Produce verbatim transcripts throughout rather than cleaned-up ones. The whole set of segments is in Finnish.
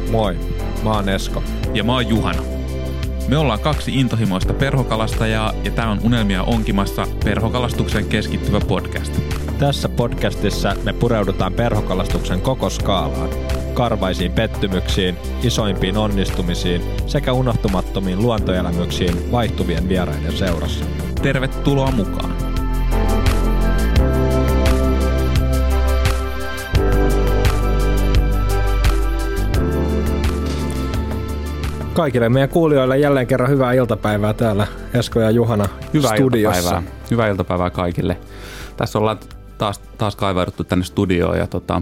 Moi, mä oon Esko. Ja mä oon Juhana. Me ollaan kaksi intohimoista perhokalastajaa ja tää on Unelmia onkimassa perhokalastuksen keskittyvä podcast. Tässä podcastissa me pureudutaan perhokalastuksen koko skaalaan. Karvaisiin pettymyksiin, isoimpiin onnistumisiin sekä unohtumattomiin luontoelämyksiin vaihtuvien vieraiden seurassa. Tervetuloa mukaan! Kaikille meidän kuulijoille jälleen kerran hyvää iltapäivää täällä Esko ja Juhana hyvää studiossa. Iltapäivää. Hyvää iltapäivää kaikille. Tässä ollaan taas, taas kaivauduttu tänne studioon ja tota,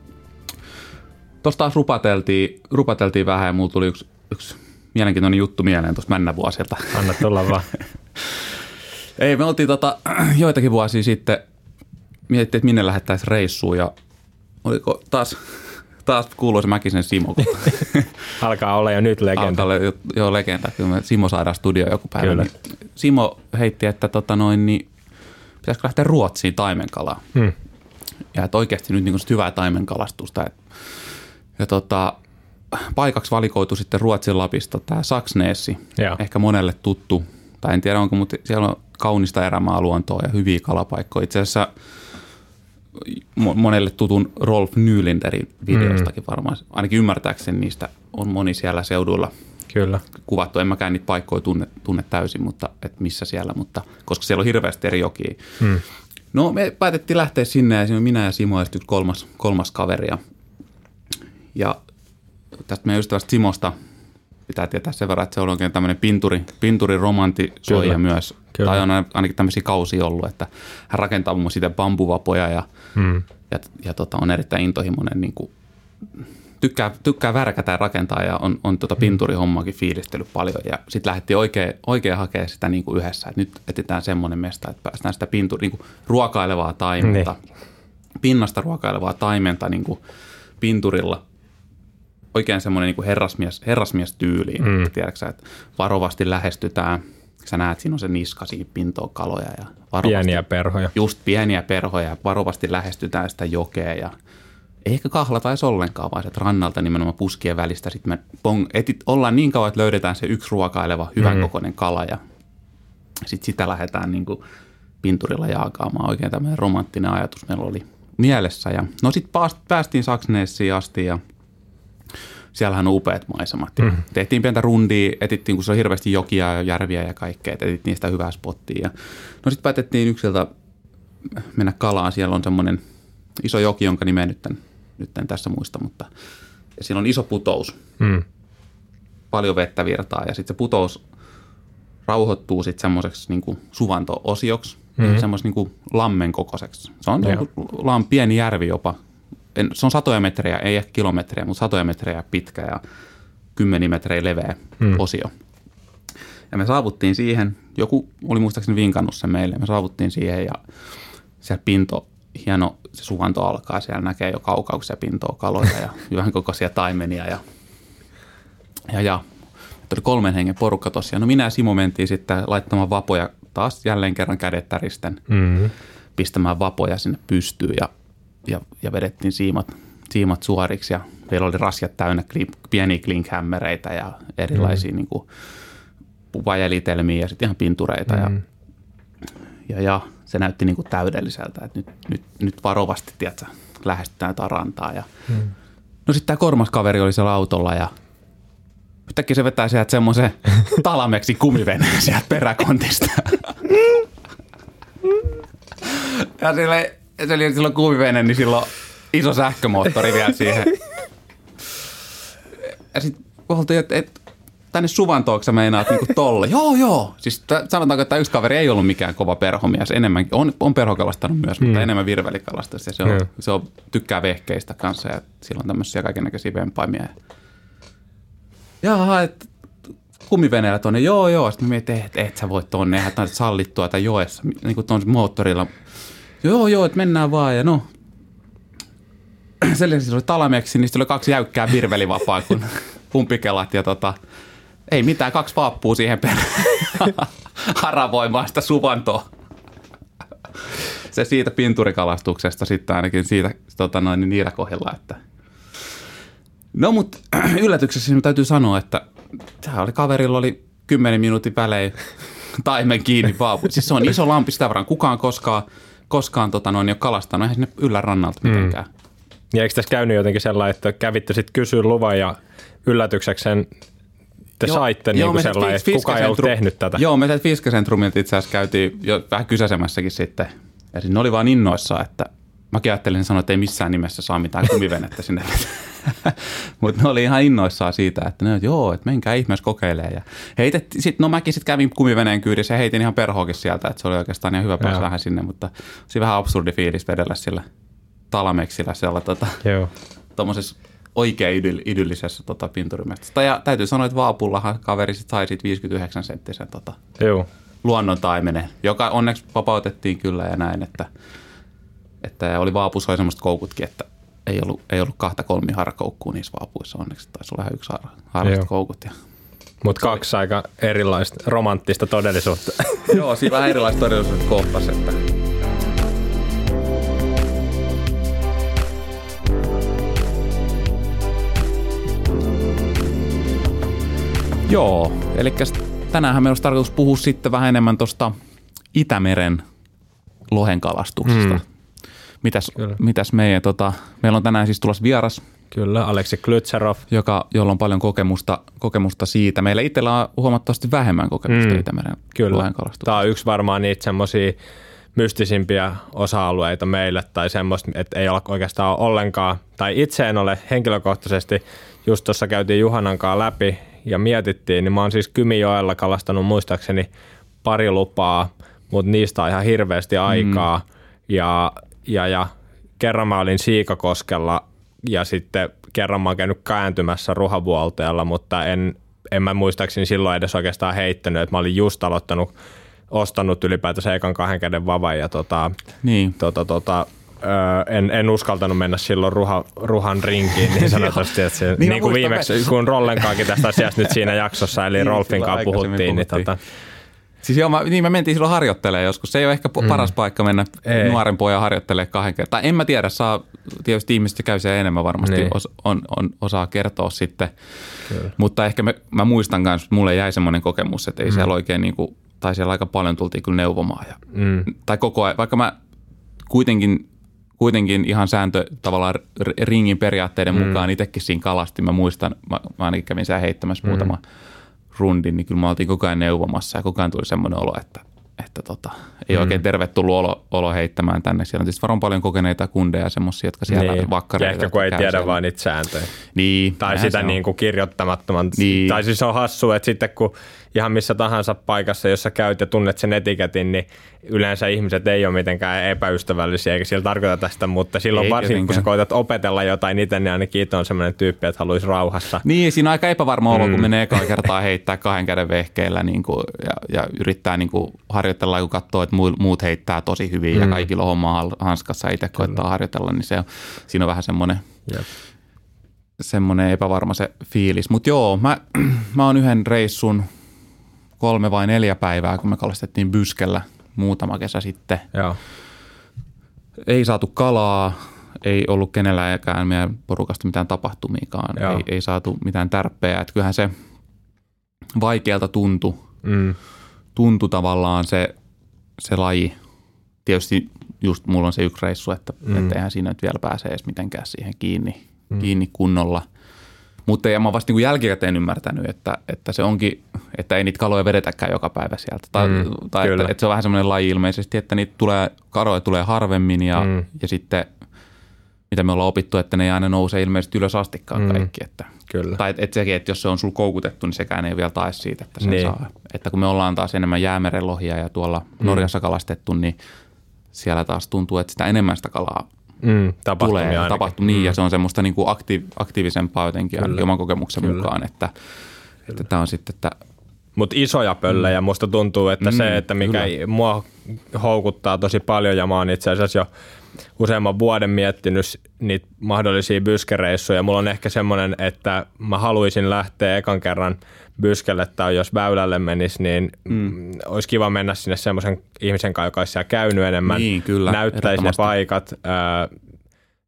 tuossa taas rupateltiin, rupateltiin vähän ja mulla tuli yksi, yksi mielenkiintoinen juttu mieleen tuossa männävuosilta. Anna tulla vaan. Ei, me oltiin tota, joitakin vuosia sitten, mietittiin, että minne lähettäisiin reissuun ja oliko taas... Taas kuuluisa Mäkisen Simo. Alkaa olla jo nyt legenda. Alkaa olla jo, jo legenda. Kyllä me Simo saadaan studioon joku päivä. Niin Simo heitti, että tota noin, niin pitäisikö lähteä Ruotsiin taimenkalaan. Hmm. Ja että oikeasti nyt niin hyvää taimenkalastusta. Ja tota, paikaksi valikoitu sitten Ruotsin Lapista tämä Saksneesi. Ja. Ehkä monelle tuttu. Tai en tiedä onko, mutta siellä on kaunista erämaaluontoa ja hyviä kalapaikkoja. Itse asiassa monelle tutun Rolf Nylinderin videostakin varmaan. Ainakin ymmärtääkseni niistä on moni siellä seuduilla Kyllä. kuvattu. En mäkään niitä paikkoja tunne, tunne täysin, mutta et missä siellä, mutta koska siellä on hirveästi eri jokia. Hmm. No me päätettiin lähteä sinne ja minä ja Simo ja sitten yksi kolmas, kolmas kaveri. Ja tästä meidän ystävästä Simosta pitää tietää sen verran, että se on oikein tämmöinen pinturi, pinturi romantisoija myös. Kyllä. Tai on ainakin tämmöisiä kausia ollut, että hän rakentaa muun muassa itse bambuvapoja ja, hmm. ja, ja tota, on erittäin intohimoinen, niin kuin, tykkää, tykkää värkätä ja rakentaa ja on, on tota pinturihommakin fiilistellyt paljon. Ja sitten lähdettiin oikein, oikein hakemaan sitä niin kuin yhdessä, että nyt etsitään semmoinen mesta, että päästään sitä pinturi, niin kuin ruokailevaa taimenta, niin. pinnasta ruokailevaa taimenta niin kuin pinturilla. Oikein semmoinen niin kuin herrasmies, herrasmiestyyliin, mm. että tiedätkö että varovasti lähestytään. Sä näet, siinä on se niska, siinä pintoa kaloja. Ja pieniä perhoja. Just pieniä perhoja. Varovasti lähestytään sitä jokea ja ei ehkä kahlata edes ollenkaan, vaan sieltä rannalta nimenomaan puskien välistä. Sitten me pong, etit, ollaan niin kauan, että löydetään se yksi ruokaileva, hyvän mm. kokoinen kala ja sitten sitä lähdetään niin kuin pinturilla jaakaamaan. Oikein tämmöinen romanttinen ajatus meillä oli mielessä. Ja no sitten päästiin Saksneesiin asti ja siellähän on upeat maisemat. Mm. Tehtiin pientä rundia, etittiin, kun se on hirveästi jokia ja järviä ja kaikkea, etittiin sitä hyvää spottia. Ja no sitten päätettiin yksiltä mennä kalaan. Siellä on semmoinen iso joki, jonka nimeä nyt en, nyt en tässä muista, mutta ja siinä on iso putous. Mm. Paljon vettä virtaa ja sitten se putous rauhoittuu sitten semmoiseksi niin kuin suvanto-osioksi, mm. semmoiseksi niin kuin lammen kokoiseksi. Se on niin kuin pieni järvi jopa. Se on satoja metrejä, ei ehkä kilometrejä, mutta satoja metrejä pitkä ja kymmeniä metrejä leveä hmm. osio. Ja me saavuttiin siihen, joku oli muistaakseni vinkannut sen meille, me saavuttiin siihen ja siellä pinto, hieno se suvanto alkaa, siellä näkee jo kaukauksia pintoa kaloja ja yhden kokoisia taimenia ja, ja, ja oli kolmen hengen porukka tosiaan. No minä ja Simo mentiin sitten laittamaan vapoja taas jälleen kerran kädet täristen, hmm. pistämään vapoja sinne pystyyn ja Ja, ja vedettiin siimat, siimat suoriksi ja meillä oli rasjat täynnä kli, pieniä klinkhämmereitä ja erilaisia mm. niin kuin vajelitelmiä ja sitten ihan pintureita. Mm. Ja, ja, ja se näytti niin kuin täydelliseltä, että nyt, nyt, nyt varovasti tiedätkö, lähestytään tätä rantaa. Ja, mm. no sitten tämä kolmas kaveri oli siellä autolla ja yhtäkkiä se vetää sieltä semmoisen talameksi kumiveneen sieltä peräkontista. ja sille Se oli silloin kuumivene, niin silloin iso sähkömoottori vielä siihen. Ja sitten oltiin, että et, tänne suvantoon sä meinaat niinku tolle. Joo, joo. Siis t- sanotaanko, että yksi kaveri ei ollut mikään kova perhomies. Enemmänkin, on, on perhokalastanut myös, mm. mutta enemmän virvelikalastusta. Se on, mm. se on tykkää vehkeistä kanssa ja sillä on tämmöisiä kaikennäköisiä vempaimia. Jaha, että kumiveneellä tuonne, joo, joo. Sitten mä mietin, että et sä voit tuonne, eihän tämä sallittua tai joessa, niin kuin tuon moottorilla. Joo, joo, että mennään vaan ja no. Sen lisäksi oli talameksi, niin sitten oli kaksi jäykkää virvelivapaa, kun pumpikelat ja tota, ei mitään, kaksi vaappua siihen perään haravoimaan sitä suvantoa. Se siitä pinturikalastuksesta sitten ainakin siitä tota noin, niillä kohdilla, että No mutta yllätyksessä minun täytyy sanoa, että tämä oli kaverilla oli kymmenen minuutin välein taimen kiinni vaapu. Siis se on iso lampi sitä varaan. Kukaan koskaan, koskaan tota noin, ei ole kalastanut. Eihän sinne yllä rannalta mitenkään. Mm. Ja eikö tässä käynyt jotenkin sellainen, että kävitte sitten kysyä luvan ja yllätyksekseen te joo, saitte joo, niin sellainen, että kukaan ei ollut tehnyt tätä? Joo, me Fiske-sentrumilta itse asiassa käytiin jo vähän kysäsemässäkin sitten. Ja ne oli vaan innoissaan, että mäkin ajattelin sanoa, että ei missään nimessä saa mitään kumivenettä sinne. Mutta ne oli ihan innoissaan siitä, että ne että joo, että menkää ihmeessä kokeilemaan. Ja heitet, sit, no mäkin sitten kävin kumiveneen kyydissä ja heitin ihan perhoakin sieltä, että se oli oikeastaan ihan hyvä päästä vähän sinne, mutta se vähän absurdi fiilis vedellä sillä talameksillä siellä tota, tuommoisessa oikein idyll, idyllisessä tota, pinturimestasta. Ja täytyy sanoa, että Vaapullahan kaveri sit sai siitä viisikymmentäyhdeksän senttisen tota, luonnon taimenen, joka onneksi vapautettiin kyllä ja näin, että, että oli Vaapussa oli semmoiset koukutkin, että ei ollut, ei ollut kahta kolmi harkoukkua niissä Vaapuissa onneksi, taisi olla yksi harrasta koukut. Ja mutta kaksi aika erilaista romanttista todellisuutta. Joo, siinä vähän erilaista todellisuutta kohtasi, että joo, eli tänäänhän meillä olisi tarkoitus puhua sitten vähän enemmän tuosta Itämeren lohenkalastuksesta. Mm. Mitäs, mitäs meidän, tota, meillä on tänään siis tulossa vieras. Kyllä, Aleksi Klytserov. Joka, jolla on paljon kokemusta, kokemusta siitä. Meillä itsellä on huomattavasti vähemmän kokemusta mm. Itämeren lohenkalastuksesta. Tämä on yksi varmaan niitä semmoisia mystisimpiä osa-alueita meille tai semmoista, että ei ole oikeastaan ollenkaan, tai itse en ole henkilökohtaisesti, just tuossa käytiin Juhanankaan läpi ja mietittiin, niin mä oon siis Kymijoella kalastanut muistaakseni pari lupaa, mutta niistä on ihan hirveästi aikaa. Mm. Ja, ja, ja kerran mä olin Siikakoskella ja sitten kerran mä oon käynyt kääntymässä Ruhavuolteella, mutta en, en mä muistaakseni silloin edes oikeastaan heittänyt, että mä olin just aloittanut, ostanut ylipäätänsä ekan kahden käden vavan ja tota, niin. tota, tota, En, en uskaltanut mennä silloin ruha, ruhan rinkiin niin sanotusti, että se, niin, niin kuin viimeksi, me. kun Rollenkaakin tästä asiasta nyt siinä jaksossa, eli niin, Rolfin kanssa puhuttiin. puhuttiin. Niin, tota. Siis joo, mä, niin me mentiin silloin harjoittelemaan joskus. Se ei ole ehkä mm. paras paikka mennä ei. nuoren pojan harjoittelemaan kahden kertaa. En mä tiedä, saa tietysti ihmiset käy siellä enemmän varmasti niin. os, on, on, osaa kertoa sitten. Kyllä. Mutta ehkä me, mä muistan kanssa, että mulle jäi semmoinen kokemus, että ei mm. siellä oikein niin kuin, tai siellä aika paljon tultiin kyllä neuvomaan. Ja, mm. Tai koko ajan, vaikka mä kuitenkin Kuitenkin ihan sääntö tavallaan ringin periaatteiden mm. mukaan itsekin siinä kalasti. Mä muistan, mä, mä ainakin kävin siellä heittämässä mm. muutama rundin, niin kyllä mä oltiin koko ajan neuvomassa ja koko ajan tuli semmoinen olo, että, että tota, ei mm. oikein tervetullut olo, olo heittämään tänne. Siellä on tietysti varmaan paljon kokeneita kundeja semmoisia, jotka siellä niin. vakkareita. Ja ehkä kun ei tiedä siellä. Vaan niitä sääntöjä. Niin. Tai sitä niin kuin kirjoittamattoman. Niin. Tai siis on hassua, että sitten kun ihan missä tahansa paikassa, jossa käyt ja tunnet sen etiketin, niin yleensä ihmiset ei ole mitenkään epäystävällisiä, eikä sillä tarkoita sitä, mutta silloin ei varsinkin, jotenkin. Kun sä koetat opetella jotain itse, niin ainakin itse on semmoinen tyyppi, että haluaisi rauhassa. Niin, siinä on aika epävarma olo, mm. kun menee ekaa kertaa heittää kahden käden vehkeillä niin kuin, ja, ja yrittää niin kuin harjoitella, kun katsoo, että muut heittää tosi hyvin mm. ja kaikilla on homma hanskassa itse koettaa harjoitella, niin se on, siinä on vähän semmoinen, semmoinen epävarma se fiilis. Mutta joo, mä, mä oon yhden reissun kolme vai neljä päivää, kun me kalastettiin Byskellä muutama kesä sitten. Joo. Ei saatu kalaa, ei ollut kenelläkään meidän porukasta mitään tapahtumiikaan, ei, ei saatu mitään tärppejä. Et kyllähän se vaikealta tuntui, mm. tuntui tavallaan se, se laji. Tietysti just mulla on se yksi reissu, että mm. eihän siinä nyt vielä pääse edes mitenkään siihen kiinni, mm. kiinni kunnolla. Mutta en mä vasta niin jälkikäteen ymmärtänyt, että, että se onkin, että ei niitä kaloja vedetäkään joka päivä sieltä. Tai, mm, tai että, että se on vähän semmoinen laji ilmeisesti, että niitä tulee, kaloja tulee harvemmin ja, mm. ja sitten mitä me ollaan opittu, että ne ei aina nouse ilmeisesti ylös astikkaan mm. kaikki. Että, kyllä. Tai että sekin, että jos se on sulla koukutettu, niin sekään ei vielä tae siitä, että sen niin. saa. Että kun me ollaan taas enemmän jäämeren lohia ja tuolla mm. Norjassa kalastettu, niin siellä taas tuntuu, että sitä enemmän sitä kalaa Mm, tulee tapahtumia niin, mm. ja se on semmoista niin kuin aktiiv, aktiivisempaa jotenkin ainakin oman kokemuksen Kyllä. mukaan, että, että tämä on sitten, että mutta isoja pöllejä, mm. musta tuntuu, että mm, se, että mikä kyllä. mua houkuttaa tosi paljon ja mä oon itse asiassa jo useamman vuoden miettinyt niitä mahdollisia byskereissuja. Mulla on ehkä semmoinen, että mä haluaisin lähteä ekan kerran byskelle tai jos väylälle menisi, niin mm. olisi kiva mennä sinne semmoisen ihmisen kanssa, joka olisi siellä käynyt enemmän, niin, kyllä, näyttäisi ne paikat, ää,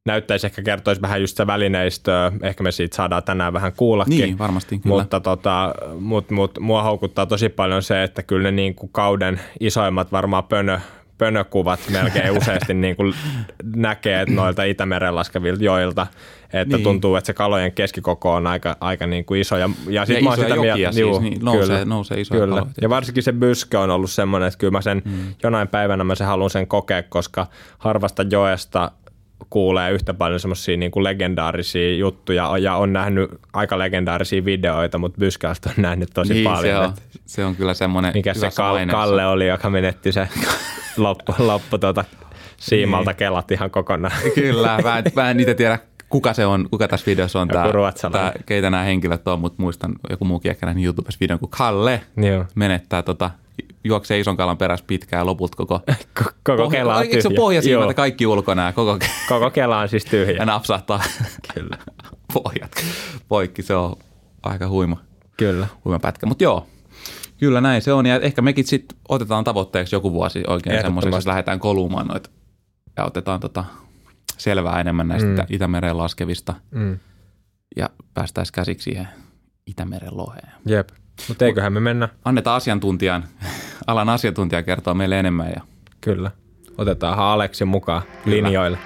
näyttäisi ehkä kertoisi vähän just se välineistöä. Ehkä me siitä saadaan tänään vähän kuullakin. Niin, varmasti kyllä. Mutta tota, mut, mut, mua houkuttaa tosi paljon se, että kyllä ne niin kuin kauden isoimmat varmaan pönö, pönökuvat melkein useasti niin kuin näkee noilta Itämeren laskevilta joilta, että niin. tuntuu, että se kalojen keskikoko on aika, aika niin kuin iso. Ja, ja, sit ja mä isoja sitä jokia miet- siis, juu, niin nousee, kyllä, nousee isoja kyllä. kaloja. Ja varsinkin se Byske on ollut semmoinen, että kyllä mä sen hmm. jonain päivänä mä sen haluan sen kokea, koska harvasta joesta kuulee yhtä paljon semmoisia niin kuin legendaarisia juttuja ja on nähnyt aika legendaarisia videoita, mutta Byskältä on nähnyt tosi niin, paljon. Se on, se on kyllä semmoinen. Mikä se Kalle, Kalle oli, joka menetti se loppu, loppu tuota siimalta niin. Kelat ihan kokonaan. Kyllä, mä en, mä en niitä tiedä, kuka se on, kuka tässä videossa on, tämä, tämä, keitä nämä henkilöt on, mutta muistan joku muukin ehkä nähnyt YouTubessa videon, kun Kalle Joo. menettää tota, juoksee ison kalan perässä pitkään ja lopulta koko, koko pohja, kela on tyhjä. Eikö se pohjasiimalta kaikki ulkona ja koko, koko kela on siis tyhjä. Ja napsahtaa kyllä pohjat poikki, se on aika huima, kyllä. huima pätkä, mutta joo. Kyllä näin se on ja ehkä mekin sitten otetaan tavoitteeksi joku vuosi oikein semmoiseksi, jos lähdetään kolumaan noita ja otetaan tota selvää enemmän näistä mm. Itämeren laskevista mm. ja päästäisiin käsiksi siihen Itämeren loheen. Jep, mutta eiköhän me mennä. Annetaan asiantuntijan, alan asiantuntijan kertoa meille enemmän. Ja... Kyllä, otetaanhan Aleksi mukaan Kyllä. linjoille.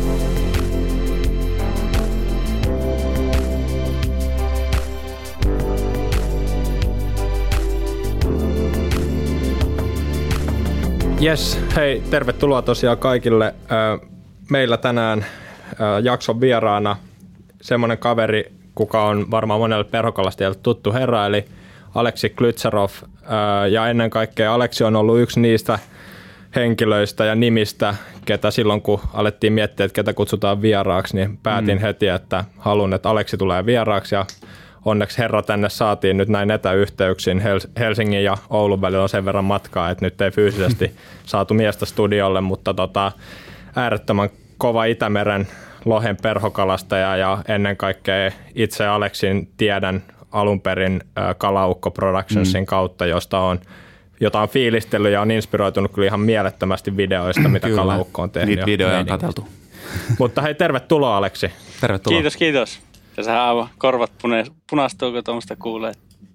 Jes, hei, tervetuloa tosiaan kaikille. Meillä tänään jakson vieraana semmoinen kaveri, kuka on varmaan monelle perhokalastajalle tuttu herra, eli Aleksi Klytsarov. Ja ennen kaikkea Aleksi on ollut yksi niistä henkilöistä ja nimistä, ketä silloin kun alettiin miettiä, että ketä kutsutaan vieraaksi, niin päätin mm. heti, että haluan, että Aleksi tulee vieraaksi ja onneksi herra tänne saatiin nyt näin etäyhteyksin. Helsingin ja Oulun välillä on sen verran matkaa, että nyt ei fyysisesti saatu miestä studiolle, mutta tota, äärettömän kova Itämeren lohen perhokalastaja ja ennen kaikkea itse Aleksin tiedän alun perin Kalaukko Productionsin mm. kautta, josta on jota on fiilistellyt ja on inspiroitunut kyllä ihan mielettömästi videoista, mitä kyllä. Kalaukko on tehnyt. Niitä videoja on katseltu. Mutta hei, tervetuloa Aleksi. Tervetuloa. Kiitos, kiitos. Tässä aivan korvat punastuu, kun tuommoista kuulee.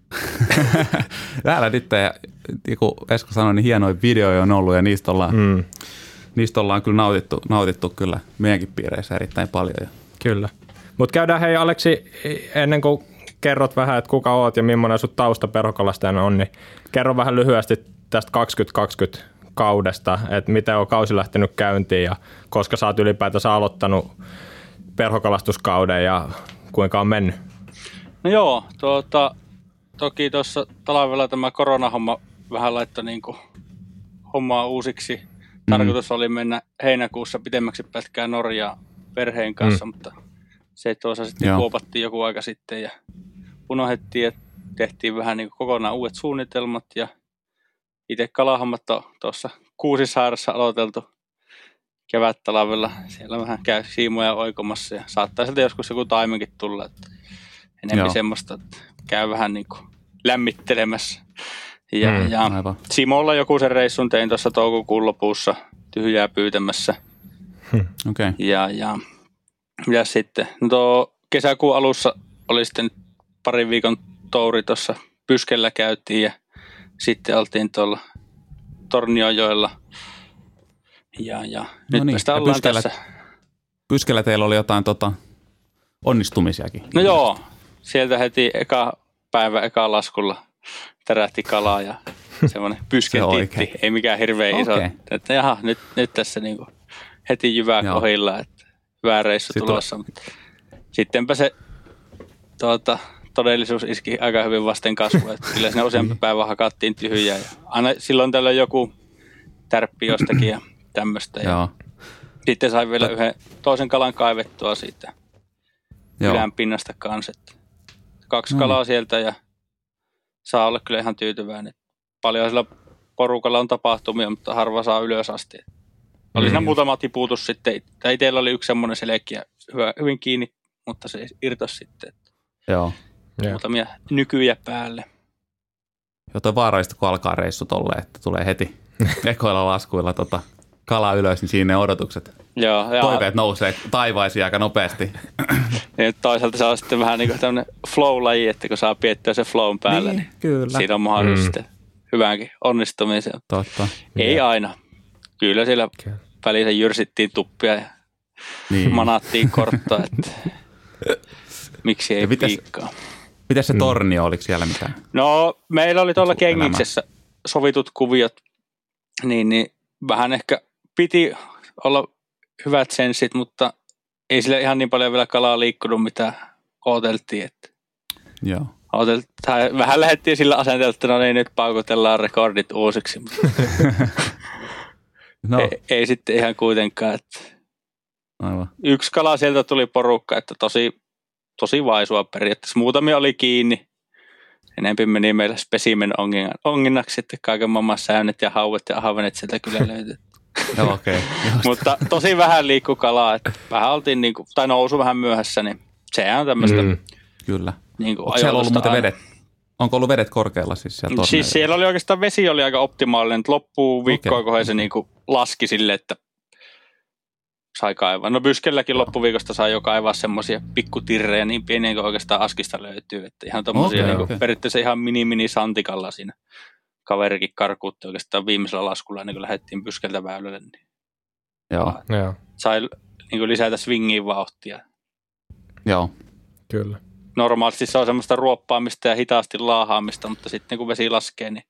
Täällä nyt, ja kun Esko sanoi, niin hienoja videoja on ollut ja niistä ollaan, mm. niistä ollaan kyllä nautittu, nautittu kyllä meidänkin piireissä erittäin paljon. Kyllä. Mutta käydään hei Aleksi, ennen kuin kerrot vähän, että kuka oot ja millainen sun tausta perhokalastajana on, niin kerro vähän lyhyesti tästä kaksituhattakaksikymmentä kaudesta, että miten on kausi lähtenyt käyntiin ja koska sä oot ylipäätänsä aloittanut perhokalastuskauden ja kuinka on mennyt? No joo, tuota, toki tuossa talvella tämä koronahomma vähän laittoi niinku hommaa uusiksi. Tarkoitus mm. oli mennä heinäkuussa pitemmäksi pätkään Norjaan perheen kanssa, mm. mutta se tuossa sitten joo. kuopattiin joku aika sitten ja unohdettiin, että tehtiin vähän niin kuin kokonaan uudet suunnitelmat ja itse kalahommat on tuossa Kuusisaaressa aloiteltu kevättalvella. Siellä vähän käy siimoja oikomassa ja saattaa sieltä joskus joku taimenkin tulla. Että enemmän joo. semmoista, että käy vähän niin kuin lämmittelemässä. Ja, mm, ja Simolla joku sen reissun tein tuossa toukokuun lopussa tyhjää pyytämässä. Hmm. Okay. Ja, ja, ja sitten no tuo kesäkuun alussa oli sitten parin viikon touri tuossa Pyskellä käytiin ja sitten oltiin tuolla Tornionjoella. Ja, ja no nyt niin. tästä ollaan Pyskellä, tässä. Pyskellä teillä oli jotain tota, onnistumisiakin. No joo, sieltä heti eka päivä eka laskulla tärähti kalaa ja semmoinen pysketitti. Ei mikään hirveän iso. Okay. Että jaha, nyt, nyt tässä niinku heti jyvää kohilla, että hyvä reissu sitten tulossa. On... Sittenpä se tuota, todellisuus iski aika hyvin vasten kasvua. Kyllä siinä useampi päivä hakattiin tyhjää. Ja aina silloin tällöin joku tärppi jostakin ja tämmöistä. Ja sitten sai vielä yhden toisen kalan kaivettua siitä kylän pinnasta kanssa. Kaksi no kalaa niin. sieltä ja saa olla kyllä ihan tyytyväinen. Paljon sillä porukalla on tapahtumia, mutta harva saa ylös asti. Oli mm. siinä muutama tiputus sitten. Itsellä oli yksi semmoinen selkeä hyvin kiinni, mutta se irtosi sitten. Joo. Muutamia nykyjä päälle. Joo, toi vaarallista, kun alkaa reissu tolleen, että tulee heti ekoilla laskuilla tota, kala ylös, niin siinä ne odotukset. Joo, ja toiveet nousee taivaisiin aika nopeasti. Niin toisaalta se on sitten vähän niin kuin tämmöinen flow-laji, että kun saa piettyä se flown päällä, niin, niin kyllä. siinä on mahdollisuus mm. hyväänkin onnistumiseen. Totta. Ei ja. aina. Kyllä siellä okay. välissä jyrsittiin tuppia ja niin. manattiin korttoa, että miksi ei piikkaa. Miten se tornio, mm. oliko siellä mitään? No meillä oli tuolla Kengiksessä sovitut kuviot, niin, niin vähän ehkä piti olla hyvät senssit, mutta ei sillä ihan niin paljon vielä kalaa liikkunut, mitä odoteltiin. Että Joo. Odoteltiin, vähän lähdettiin sillä asenteella, että no niin, nyt paukutellaan rekordit uusiksi. no. ei, ei sitten ihan kuitenkaan. Että aivan. Yksi kala sieltä tuli porukka, että tosi, tosi vaisua periaatteessa. Muutamia oli kiinni. Enempi meni meillä spesimen onginnaksi, että kaiken maailman säynet ja hauet ja ahvenet sieltä kyllä löytyi. Joo, okei. Okay. Mutta tosi vähän liikkui kalaa, että vähän oltiin niinku, tai nousu vähän myöhässä, niin se on tämmöistä. Mm, kyllä. Niinku onko siellä ollut muuten vedet? Onko ollut vedet korkealla siis siellä torneilla? Siis siellä oli oikeastaan, vesi oli aika optimaalinen, että loppuun viikkoa okay. kohdassa se niinku laski silleen, että sai kaivaa. No Byskelläkin loppuviikosta sai jo kaivaa semmoisia pikkutirrejä niin pieniä kuin oikeastaan askista löytyy, että ihan tommosia okay, niinku, okay. periaatteessa ihan mini-mini santikalla siinä. Kaverikin karkuutti oikeastaan viimeisellä laskulla, niin kun lähdettiin Byskeltä väylälle. Niin joo. Joo. Sai niin kuin lisätä swingiin vauhtia. Joo. Kyllä. Normaalisti se on semmoista ruoppaamista ja hitaasti laahaamista, mutta sitten kun vesi laskee, niin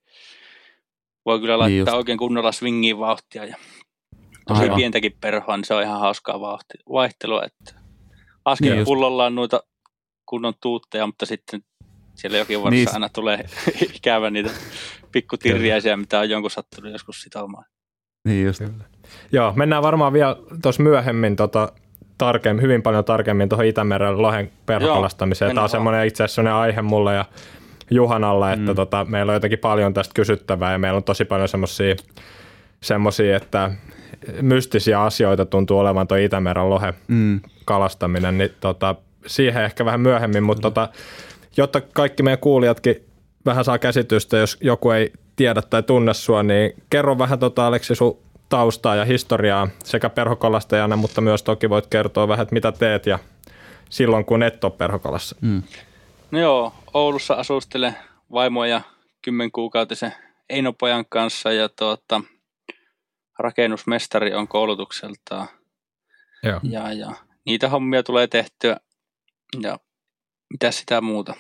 voi kyllä laittaa niin oikein kunnolla swingiin vauhtia. Ja tosi aivan. Pientäkin perhoa, niin se on ihan hauskaa vauhti, vaihtelua. Että askel niin pullollaan noita kunnon tuutteja, mutta sitten siellä jokin varassa niin aina tulee ikävä niitä pikkutirjäisiä, mitä on jonkun sattunut joskus sitomaan. Niin just. Joo, mennään varmaan vielä tuossa myöhemmin tota, tarkemmin, hyvin paljon tarkemmin tuohon Itämeren lohen perhokalastamiseen. Tämä on semmoinen itse asiassa semmoinen aihe mulle ja Juhanalle, että mm. tota, meillä on jotenkin paljon tästä kysyttävää ja meillä on tosi paljon semmoisia, semmoisia että mystisiä asioita tuntuu olevan tuo Itämeren lohen mm. kalastaminen, niin tota, siihen ehkä vähän myöhemmin, mutta mm. tota, jotta kaikki meidän kuulijatkin vähän saa käsitystä, jos joku ei tiedä tai tunne sua, niin kerro vähän tota, Aleksi sun taustaa ja historiaa sekä perhokalastajana, mutta myös toki voit kertoa vähän, että mitä teet ja silloin kun et ole perhokalassa. Mm. No joo, Oulussa asustelen vaimo ja kymmenkuukautisen Eino-pojan kanssa ja tuota, rakennusmestari on koulutukseltaan. Joo. Ja, ja niitä hommia tulee tehtyä ja mitä sitä muuta.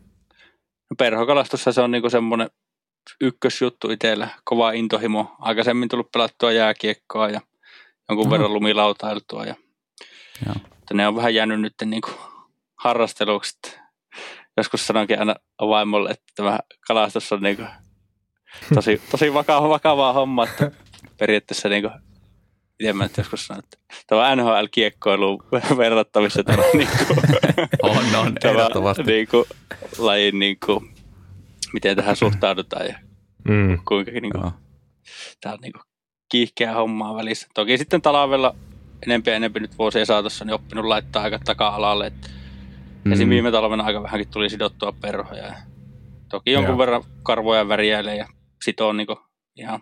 No perhokalastussa se on niinku semmoinen ykkösjuttu itsellä, kova intohimo. Aikaisemmin tullut pelattua jääkiekkoa ja jonkun no. verran lumilautailtua. Ja, mutta ne on vähän jäänyt nyt niinku harrasteluksi. Joskus sanoinkin aina vaimolle, että tämä kalastus on niinku tosi, tosi vakava, vakavaa homma, että periaatteessa niinku, miten mä nyt joskus sanon, että tämä on N H L-kiekkoiluun verrattavissa tämä niinku, on, on, ehdottomasti. Niinku, lajin, niinku, miten tähän suhtaudutaan ja mm. kuinka niinku, no. tämä on niinku kiihkeä hommaa välissä. Toki sitten talvella enempi ja enempi nyt vuosien saatossa niin oppinut laittaa aika taka-alalle. Että mm. Esim. viime talvena aika vähänkin tuli sidottua perhoja. Ja toki jonkun ja. verran karvoja värjäilee ja sitoo niinku ihan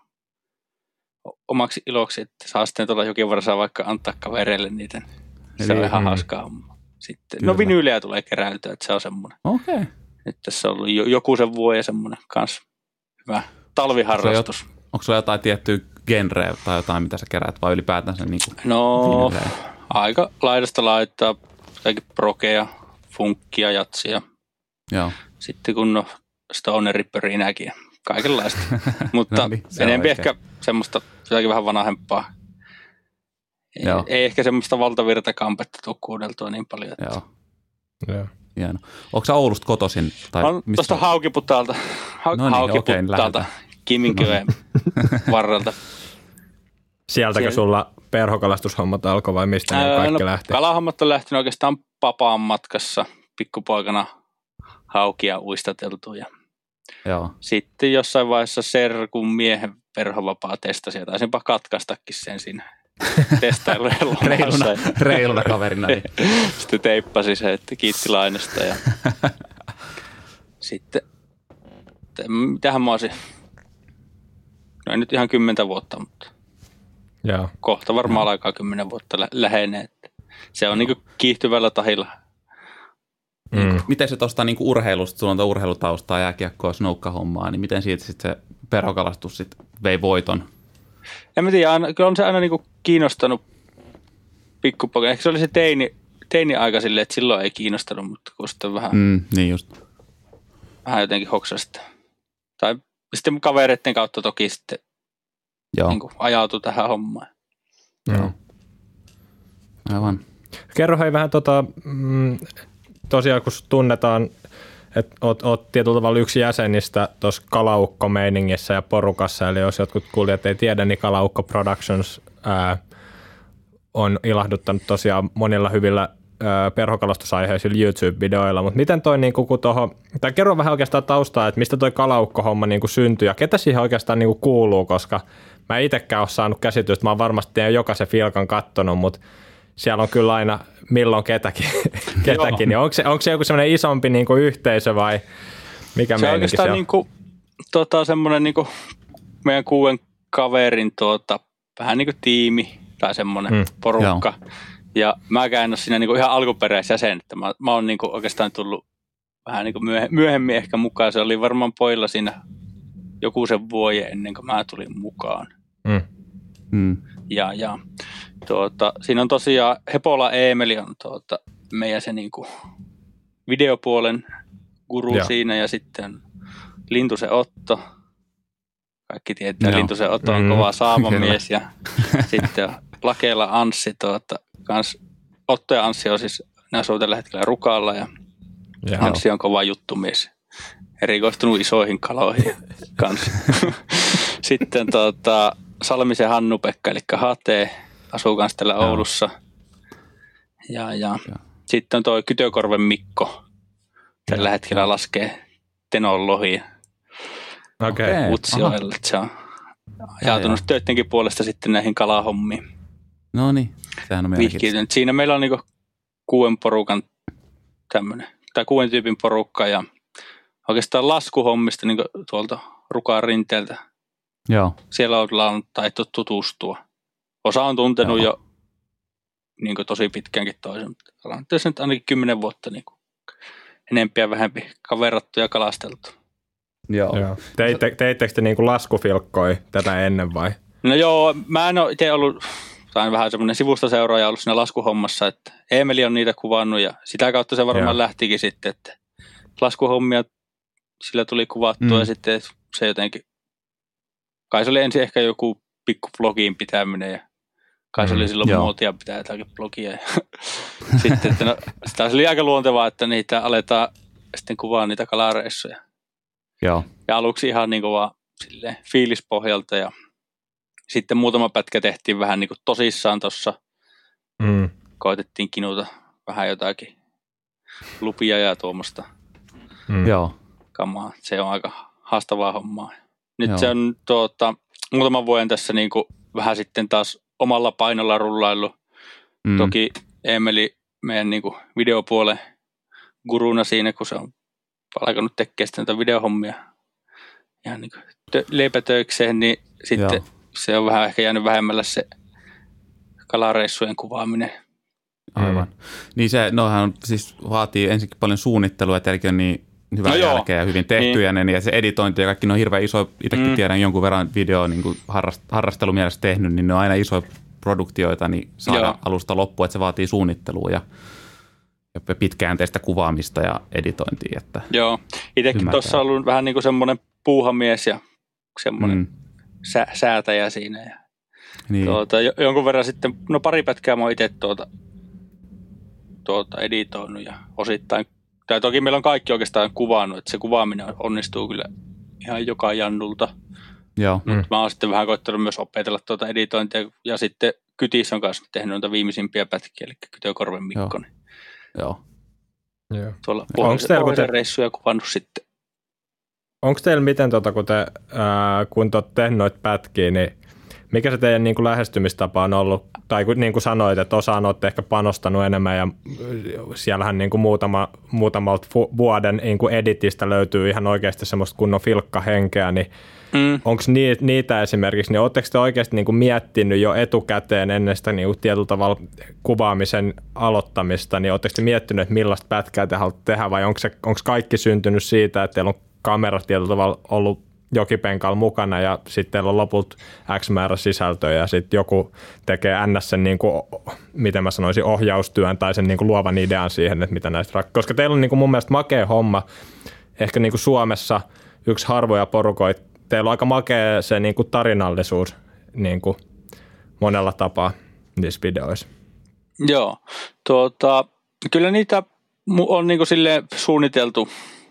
omaksi iloksi, että saa sitten tuolla jokin varsaa vaikka antaa kavereille niitä. Se Eli, on ihan mm. hauskaa homma. Sitten, no vinyyliä tulee keräiltyä, että se on semmoinen. Okei. Okay. Nyt tässä on ollut jo, joku sen vuoden semmoinen kans hyvä talviharrastus. Onko, onko sulla jotain tiettyä genreä tai jotain, mitä sä kerät, vai ylipäätänsä niin kuin no, vinyyliä? Aika laidasta laittaa jotakin prokea, funkkia, jatsia. Joo. Sitten kun no stoneri pörinäkin ja kaikenlaista. Mutta no niin, enemmän ehkä semmoista jotakin vähän vanhempaa. Ei, ei ehkä semmoista valtavirtakampetta tule kuudeltua niin paljon. Että joo. Joo. Hieno. Onko sä Oulusta kotoisin? Tai on tuosta Haukiputaalta, ha- no niin, Haukiputaalta okay, Kiminkiven varrelta. Sieltäkö Siellä... sulla perhokalastushommat alkoi vai mistä ne kaikki no, lähti? Kalahommat on lähtenyt oikeastaan papaan matkassa pikkupoikana haukia uistateltu. Ja joo. Sitten jossain vaiheessa serkun miehen perhovapaa testasi ja taisinpa katkaistakin sen siinä testailujen lomassa. Reiluna, reiluna kaverina. Niin. Sitten teippasi se, että kiitti lainasta. Ja sitten, mitähän mä olisin, no ei nyt ihan kymmentä vuotta, mutta Ja kohta varmaan aikaa kymmenen vuotta lä- lähenee. Se on niinku kiihtyvällä tahilla. Mm. Miten se tuosta niinku urheilusta, sulla on tuo urheilutaustaa, jääkiekkoa, snoukkahommaa, niin miten siitä sitten se perhokalastus sit vei voiton? En mä tiedä, aina, kyllä on se aina niinku kiinnostanut pikkupoika. Ehkä se oli se teini, teini-aika silleen, että silloin ei kiinnostanut, mutta kun sitten vähän, mm, niin just. vähän jotenkin hoksasta. Tai sitten kavereiden kautta toki sitten niin kuin ajautui tähän hommaan. Joo. Aivan. Kerro hei vähän tota, mm, tosiaan kun tunnetaan, että oot, oot tietyllä tavalla yksi jäsenistä tuossa Kalaukko-meiningissä ja porukassa, eli jos jotkut kuulijat ei tiedä, niin Kalaukko Productions ää, on ilahduttanut tosiaan monilla hyvillä ää, perhokalastusaiheisilla YouTube-videoilla, mutta miten toi niinku, kun toho, tai kerro vähän oikeastaan taustaa, että mistä toi Kalaukko-homma niinku syntyi ja ketä siihen oikeastaan niinku kuuluu, koska mä itsekään ole saanut käsitystä, mä oon varmasti jokaisen filkan kattonut, mutta siellä on kyllä aina milloin ketäkin, ketäkin. Niin onko, se, onko se joku semmoinen isompi niin kuin yhteisö vai mikä se meininki se on? Niin kuin, tota, semmoinen niin kuin meidän kuuden kaverin tuota, vähän niin kuin tiimi tai semmoinen hmm. porukka. Joo. Ja mäkään en ole siinä niin kuin ihan alkuperäisjäsen, että mä, mä oon niin kuin oikeastaan tullut vähän niin kuin myöhemmin ehkä mukaan. Se oli varmaan pojilla siinä joku sen vuoden ennen kuin mä tulin mukaan. Hmm. Hmm. Ja, ja tuota, siinä on tosiaan Hepola Eemeli on tuota, meidän se niinku videopuolen guru ja. Siinä ja sitten Lintusen Otto. Kaikki tietää, no. Lintusen Otto on mm. kova saamamies ja sitten on Lakela Anssi. Tuota, kans, Otto ja Anssi on siis, ne asuu tällä hetkellä Rukalla ja ja Anssi on kova juttumies. Erikoistunut isoihin kaloihin kanssa. Sitten tuota, Salmisen Hannu-Pekka, eli Hate, asuu kanssa täällä no. Oulussa. Ja, ja. ja sitten on tuo Kytökorven Mikko. Tällä ja, hetkellä ja. laskee Tenon lohia. Okei. Okay. Utsioille. Se on ajautunut töittenkin puolesta sitten näihin kalahommiin. No niin, sehän on mielenkiintoista. Siinä meillä on niinku kuuden porukan tämmöinen, tai kuuden tyypin porukka ja oikeastaan laskuhommista niin tuolta Rukaan rinteeltä. Joo. Siellä ollaan taittu tutustua. Osa on tuntenut Joo. jo niin tosi pitkäänkin toisen, mutta ollaan tässä nyt ainakin kymmenen vuotta niin enempi ja vähempi kaverattu ja kalasteltu. Joo. Joo. Teitte, teittekö te niin kuin laskufilkkoi tätä ennen vai? No joo, mä en ole itse ollut, tai vähän semmoinen sivustaseuraaja ollut siinä laskuhommassa, että Eemeli on niitä kuvannut ja sitä kautta se varmaan Joo. lähtikin sitten, että laskuhommia sillä tuli kuvattua mm. ja sitten se jotenkin, kai se oli ensin ehkä joku pikku blogiin pitäminen ja kai se oli silloin mm, muotia pitää jotakin blogia. Ja sitten, että no, sitä oli aika luontevaa, että niitä aletaan sitten kuvaa niitä kalareissuja. Joo. Ja aluksi ihan niin kuin vaan silleen fiilispohjalta ja sitten muutama pätkä tehtiin vähän niin kuin tosissaan tuossa. Mm. Koitettiin kinuta vähän jotakin lupia ja tuommoista mm. kamaa. Se on aika haastavaa hommaa. Nyt Joo. se on tuota, muutaman vuoden tässä niin kuin vähän sitten taas omalla painolla rullailu. Mm. Toki Eemeli meidän niin kuin videopuolen guruna siinä, kun se on alkanut tekemään näitä videohommia ihan niin kuin tö- leipätöikseen, niin sitten Joo. se on vähän ehkä jäänyt vähemmällä se kalareissujen kuvaaminen. Aivan. Mm. Niin se, nohan siis vaatii ensinnäkin paljon suunnittelua, että on niin hyvää no jälkeä ja hyvin tehtyjä niin. ne, ja se editointi ja kaikki ne on hirveän iso, itsekin mm. tiedän jonkun verran video niin kuin harrast, harrastelumielessä tehnyt, niin ne on aina isoja produktioita, niin saada Joo. alusta loppuun, että se vaatii suunnittelua ja, ja pitkäjänteistä kuvaamista ja editointia. Että Joo, itsekin tuossa on ollut vähän niin kuin semmoinen puuhamies ja semmoinen mm. sä, säätäjä siinä. Ja niin. tuota, jonkun verran sitten, no pari pätkää mä oon itse tuota, tuota editoinut ja osittain, tai toki meillä on kaikki oikeastaan kuvannut, että se kuvaaminen onnistuu kyllä ihan joka jannulta. Joo. Mm. Mä oon sitten vähän koittanut myös opetella tuota editointia ja sitten Kytis on kanssa tehnyt noita viimeisimpiä pätkiä, eli Kytökorven Mikko. Joo. Joo. Tuolla pohjoisen reissuja kuvannut sitten. Onko teillä miten, tuota, kun te ää, kun te olette tehneet noita pätkiä, niin Mikä se teidän niin kuin lähestymistapa on ollut? Tai niin kuin sanoit, että osaan olette ehkä panostanut enemmän ja siellähän niin kuin muutama, muutamalta vuoden niin kuin editistä löytyy ihan oikeasti semmoista kunnon filkkahenkeä, niin mm. onko niitä esimerkiksi, niin oletteko te oikeasti niin kuin miettinyt jo etukäteen ennen sitä niin kuin tietyllä tavalla kuvaamisen aloittamista, niin oletteko te miettinyt, että millaista pätkää te haluatte tehdä vai onko, se, onko kaikki syntynyt siitä, että teillä on kamera tietyllä tavalla ollut jokipenkalla mukana ja sitten teillä on lopulta X määrä sisältöä ja sitten joku tekee ns. Sen, niin kuin, miten mä sanoisin, ohjaustyön tai sen niin kuin luovan idean siihen, että mitä näistä rak- Koska teillä on niin kuin mun mielestä makea homma, ehkä niin kuin Suomessa yksi harvoja porukoita, teillä on aika makea se niin kuin tarinallisuus niin kuin monella tapaa niissä videoissa. Joo, tuota, kyllä niitä on niin kuin silleen suunniteltu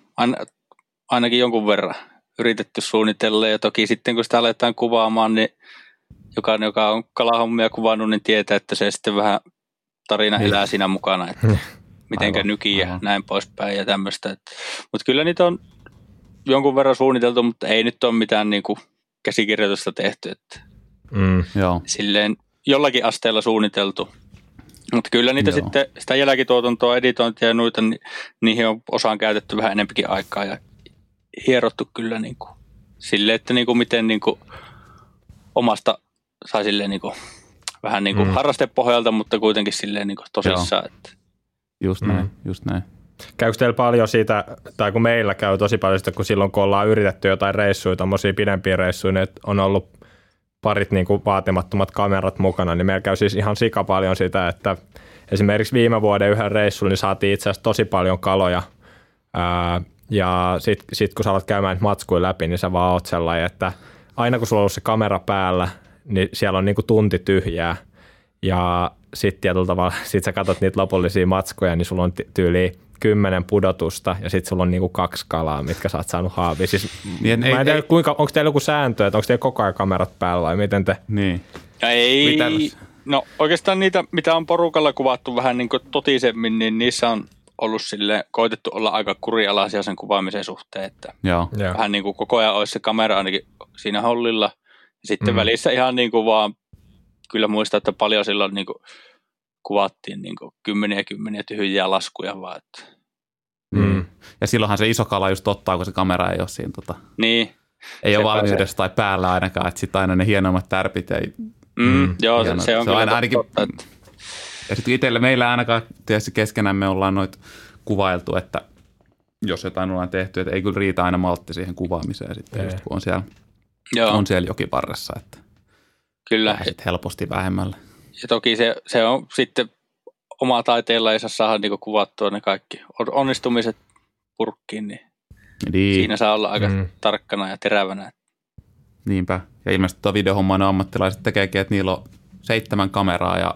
ainakin jonkun verran. Yritetty suunnitella ja toki sitten kun sitä aletaan kuvaamaan, niin jokainen, joka on kalahommia kuvannut, niin tietää, että se sitten vähän tarina elää siinä mukana, että mitenkä aivan, nyki ja aivan. näin poispäin ja tämmöistä. Mutta kyllä niitä on jonkun verran suunniteltu, mutta ei nyt ole mitään niin kuin käsikirjoitusta tehty. Että mm, silleen jollakin asteella suunniteltu. Mutta kyllä niitä joo. sitten, sitä jälkituotantoa, editointia ja noita, niin niihin on osaan käytetty vähän enempikin aikaa ja hierottu kyllä niin kuin silleen, että niin kuin miten niin kuin omasta sai silleen niin kuin vähän niin kuin mm. harrastepohjalta, mutta kuitenkin silleen niin kuin tosissaan. Että. Just näin, mm. just näin. Käykö teillä paljon siitä, tai kun meillä käy tosi paljon sitä, kun silloin kun ollaan yritetty jotain reissuja, tommosia pidempiä reissuja, niin on ollut parit niin kuin vaatimattomat kamerat mukana, niin meillä käy siis ihan sika paljon sitä, että esimerkiksi viime vuoden yhden reissulla niin saatiin itse asiassa tosi paljon kaloja, ää, ja sitten sit kun sä alat käymään matskuja läpi, niin sä vaan oot sellainen, että aina kun sulla on ollut se kamera päällä, niin siellä on niinku tunti tyhjää. Ja sitten tietyllä tavalla, sit sä katsot niitä lopullisia matskoja, niin sulla on tyyliin kymmenen pudotusta ja sitten sulla on niinku kaksi kalaa, mitkä sä oot saanut haaviin. Siis, niin, mä en ei, tiedä, ei, kuinka, onko teillä joku sääntö, että onko teillä koko ajan kamerat päällä vai miten te? Niin. Ei, Mitäs? No oikeastaan niitä, mitä on porukalla kuvattu vähän niin kuin totisemmin, niin niissä on ollut sille koitettu olla aika kurialaisia sen kuvaamisen suhteen, että Joo. vähän niin kuin koko ajan olisi se kamera ainakin siinä hollilla. Ja sitten mm. välissä ihan niin kuin vaan, kyllä muistan, että paljon silloin niin kuin kuvattiin niin kuin kymmeniä ja kymmeniä tyhjiä laskuja vaan. Että. Mm. Ja silloinhan se iso kala just ottaa, kun se kamera ei ole siinä. Tota, niin. Ei ole valmiudessa tai päällä ainakaan, että sitten aina ne hienommat tärpit ei. Mm, mm, joo, hienot. se on se kyllä aina ainakin, totta. Että. Ja sitten itselle meillä ainakaan tietysti keskenään me ollaan noita kuvailtu, että jos jotain ollaan tehty, että ei kyllä riitä aina maltti siihen kuvaamiseen sitten, just kun on siellä, on siellä jokivarressa, että kyllä. Sitten helposti vähemmällä. Ja toki se, se on sitten oma taiteella ei saa saada niinku kuvattua ne kaikki onnistumiset purkkiin, niin, niin. siinä saa olla aika mm. tarkkana ja terävänä. Niinpä. Ja ilmeisesti tuo videohomma ne ammattilaiset tekeekin, että niillä on seitsemän kameraa ja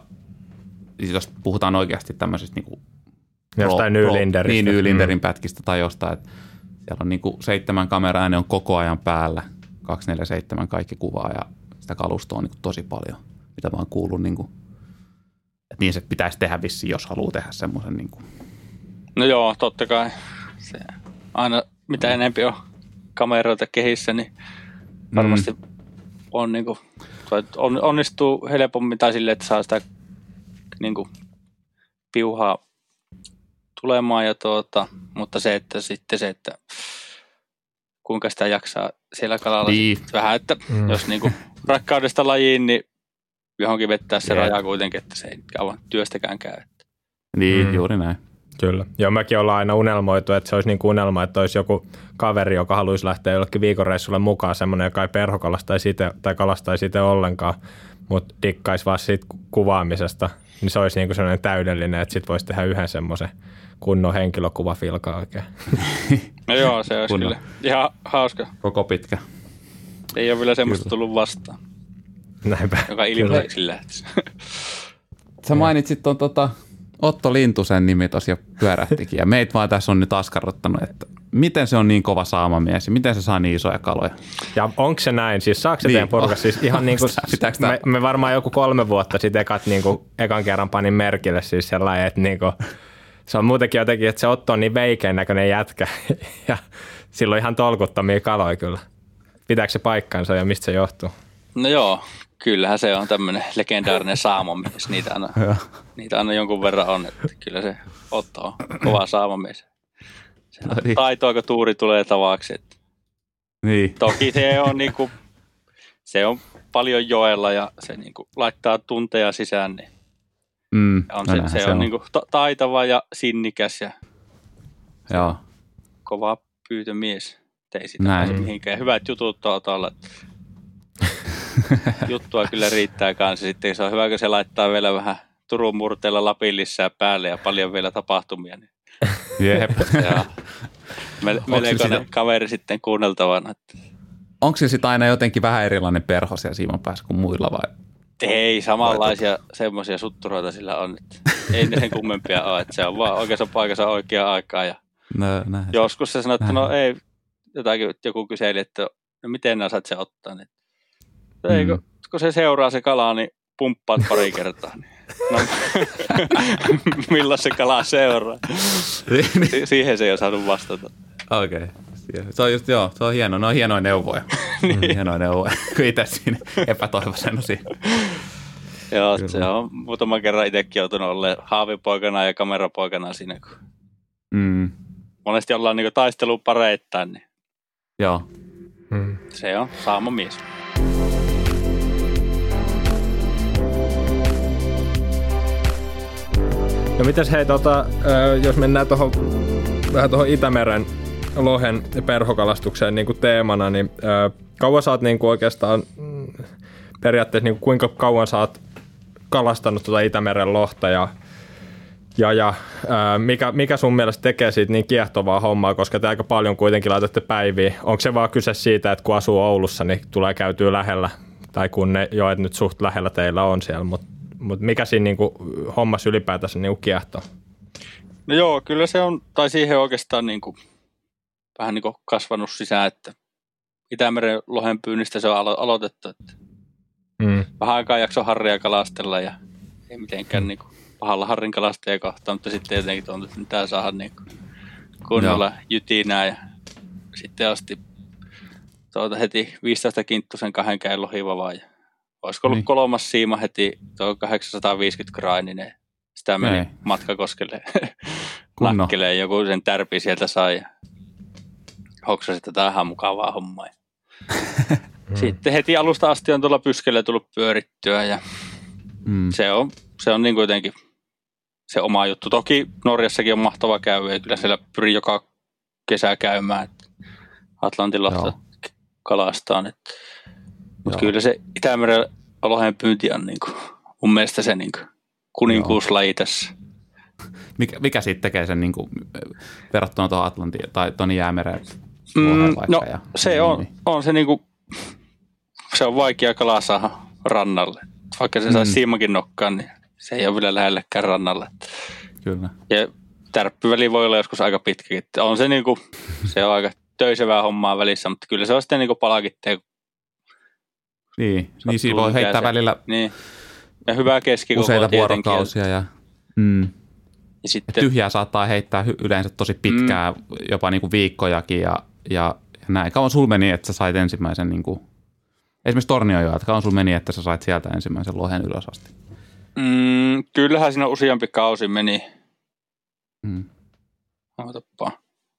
jos puhutaan oikeasti tämmöisistä niinku jostain Nylinderistä. Niin, Nylinderin mm. pätkistä tai jostain. Että siellä on niinku seitsemän kameraa ja ne on koko ajan päällä. kaksi neljä seitsemän kaikki kuvaa ja sitä kalustoa on niinku tosi paljon, mitä mä oon kuullut. Niinku, että niin se pitäisi tehdä vissiin, jos haluaa tehdä semmoisen. Niinku. No joo, totta kai. Se aina mitä enempi on kameroita kehissä, niin varmasti mm. on niinku, on, onnistuu helpommin tai silleen, että saa sitä niinku piuhaa tulemaan, ja tuota, mutta se, että sitten se, että kuinka sitä jaksaa siellä kalalla niin. vähän, että mm. jos niinku rakkaudesta lajiin, niin johonkin vettää se yeah. raja kuitenkin, että se ei kauan työstäkään käy. Niin, mm. juuri näin. Kyllä. Joo, mekin ollaan aina unelmoitu, että se olisi niin kuin unelma, että olisi joku kaveri, joka haluaisi lähteä jollekin viikonreissulle mukaan, semmoinen, joka ei perhokalastaisi itse tai kalastaisi itse ollenkaan, mutta dikkaisi vaan siitä kuvaamisesta, niin se olisi niin kuin sellainen täydellinen, että sitten voisi tehdä yhden semmoisen kunnon henkilökuvafilka oikein. No joo, se olisi kunnon. Kyllä ihan hauska. Koko pitkä. Ei ole vielä semmoista kyllä. tullut vastaan. Näinpä. Joka ilmaiseksi lähtisi. Sä mainitsit tuon tota, Otto Lintusen nimi tosiaan pyörähtikin, ja meitä vaan tässä on nyt askarruttanut, että miten se on niin kova saamamies ja miten se saa niin isoja kaloja? Ja onko se näin? Siis saako se niin, teidän porukassa? Siis ihan niin kuin, me, me varmaan joku kolme vuotta sitten ekat, niin kuin, ekan kerran panin merkille siis sellainen, että niin kuin, se on muutenkin jotenkin, että se Otto on niin veikeän näköinen jätkä ja sillä on ihan tolkuttomia kaloja kyllä. Pitääkö se paikkansa ja mistä se johtuu? No joo, kyllähän se on tämmöinen legendaarinen saamamies. Niitä aina, niitä aina jonkun verran on, että kyllä se Otto on kova saamamies. Se on taitoa, kun tuuri tulee tavaksi. Että niin. Toki se on, niinku, se on paljon joella ja se niinku laittaa tunteja sisään. Niin mm, on se, se, se on, on. Niinku taitava ja sinnikäs ja joo. kova pyytömies. Ei sitä pääse mihinkään. Hyvät jutut on Otolla. Juttua kyllä riittää kanssa. Sitten se on hyvä, kun se laittaa vielä vähän Turun murteella Lapin lisää päälle ja paljon vielä tapahtumia. Niin Jep. Melkoinen sitä kaveri sitten kuunneltavana. Onko se sitten aina jotenkin vähän erilainen perho siellä Simon päässä kuin muilla vai? Ei, samanlaisia semmoisia sutturoita sillä on. Että ei ne sen kummempia ole. Että se on vaan oikeassa paikassa oikeaan aikaan. Ja no, joskus se sanoo, että no ei, jotakin, joku kyseli, että no miten nää saat se ottaa. Niin, mm. ei, kun, kun se seuraa se kala, niin pumppaat pari kertaa. Niin. No, milloin se kala seuraa? Si- siihen se ei ole saanut vastata. Okei. Okay. Se on just, joo, se on hieno. Ne on hienoja neuvoja. niin. Hienoja neuvoja, kun itse siinä epätoivoisen osin. Joo, kyllä. Se on muutaman kerran itsekin joutunut olemaan haavipoikana ja kamerapoikana siinä, kun mm. monesti ollaan niin taistelupareittain, niin joo. Mm. Se on saama mies. No mitäs hei, tota, jos mennään tuohon vähän tuohon Itämeren lohen perhokalastukseen niin kuin teemana, niin kauan sä oot niin kuin oikeastaan periaatteessa niin kuin kuinka kauan sä oot kalastanut tuota Itämeren lohta ja, ja, ja ää, mikä, mikä sun mielestä tekee siitä niin kiehtovaa hommaa, koska te aika paljon kuitenkin laitatte päiviä. Onko se vaan kyse siitä, että kun asuu Oulussa, niin tulee käytyä lähellä, tai kun ne joet nyt suht lähellä teillä on siellä, mutta mut mikä siinä niin kuin hommassa ylipäätänsä niin kuin kiehtoo? No joo, kyllä se on, tai siihen oikeastaan niin kuin, vähän niin kuin kasvanut sisään, että Itämeren lohen pyynnistä se on alo- aloitettu, että mm. vähän aikaa jakso harria kalastella ja ei mitenkään mm. niin kuin, pahalla harrin kalastaja kohtaa, mutta sitten jotenkin tuon, että pitää saada niin kuin, kunnolla jytinää ja sitten asti tuota, heti viisitoista kinttusen kahden käyn lohivavaa ja olisiko ollut niin. kolmas siima heti tuo kahdeksansataaviisikymmentä graininen. Sitä meni Ei. Matkakoskelle nakkeleen, joku sen tärpi sieltä sai ja hoksasi, että tämä on ihan mukavaa hommaa. Sitten heti alusta asti on tuolla Pyskelle tullut pyörittyä ja mm. se on, se on niin kuin jotenkin se oma juttu. Toki Norjassakin on mahtava käydä ja kyllä siellä pyrin joka kesä käymään Atlantin lohta kalastaan. Mutta kyllä se Itämeren lohen pyynti on niin kuin, mun mielestä se niin kuin kuninkuuslaji tässä. Mikä, mikä siitä tekee sen niin kuin, verrattuna tuohon Atlantiin tai tuonne Jäämereen? Mm, no ja, se on, niin. on se niin kuin, se on vaikea kalaa saada rannalle. Vaikka se mm. saisi siimakin nokkaan, niin se ei ole vielä lähellekään rannalle. Kyllä. Ja tärppyväli voi olla joskus aika pitkäkin. On se niin kuin, se on aika töisevää hommaa välissä, mutta kyllä se on sitten niin kuin palakitteen. Niin, niin siinä voi heittää se. Välillä niin. Ja hyvää keskikokoa useita vuorokausia. Ja, mm. ja sitten, tyhjää saattaa heittää yleensä tosi pitkää, mm. jopa niin kuin viikkojakin. Ja, ja, ja näin. Kauan sulla meni, että sä sait ensimmäisen, niin kuin, esimerkiksi Tornionjoelta, kauan sulla meni, että sä sait sieltä ensimmäisen lohen ylös asti? Mm, kyllähän siinä useampi kausi meni. Mm. Ootappa.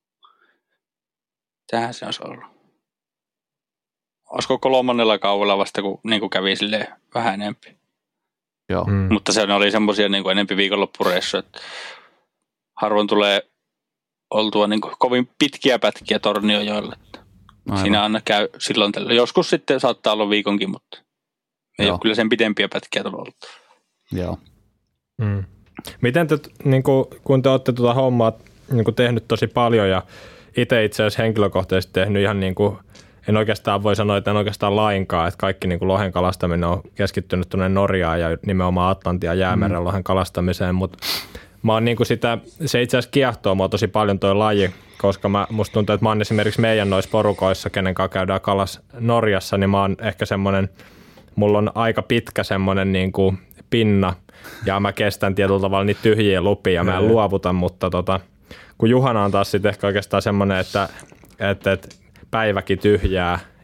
Tähän se olisi ollut. Olisiko kolmannella kaudella vasta, kun niin kuin kävi silleen vähän enempi. Joo. Mm. Mutta se oli semmoisia niin kuin enempi viikonloppureissuja, että harvoin tulee oltua niin kuin kovin pitkiä pätkiä Tornionjoella. Siinä aina käy silloin tällä. Joskus sitten saattaa olla viikonkin, mutta ei ole kyllä sen pidempiä pätkiä tullut ollut. Joo. Mm. Miten te, niin kuin, kun te olette tuota hommaa niin kuin tehnyt tosi paljon ja itse itse asiassa henkilökohtaisesti tehnyt ihan niin kuin, en oikeastaan voi sanoa, että en oikeastaan lainkaan, että kaikki niin kuin lohen kalastaminen on keskittynyt tuonne Norjaan ja nimenomaan Atlantin ja Jäämeren mm. lohen kalastamiseen, mutta mä oon niin kuin sitä, se itse asiassa kiehtoo mua tosi paljon toi laji, koska mä, musta tuntuu, että mä oon esimerkiksi meidän noissa porukoissa, kenen kanssa käydään kalas Norjassa, niin mä oon ehkä semmoinen, mulla on aika pitkä semmoinen niin kuin pinna ja mä kestän tietyllä tavalla niitä tyhjiä lupia ja mä en luovuta, mutta tota, kun Juhana on taas sitten ehkä oikeastaan semmoinen, että, että, että päiväkin tyhjää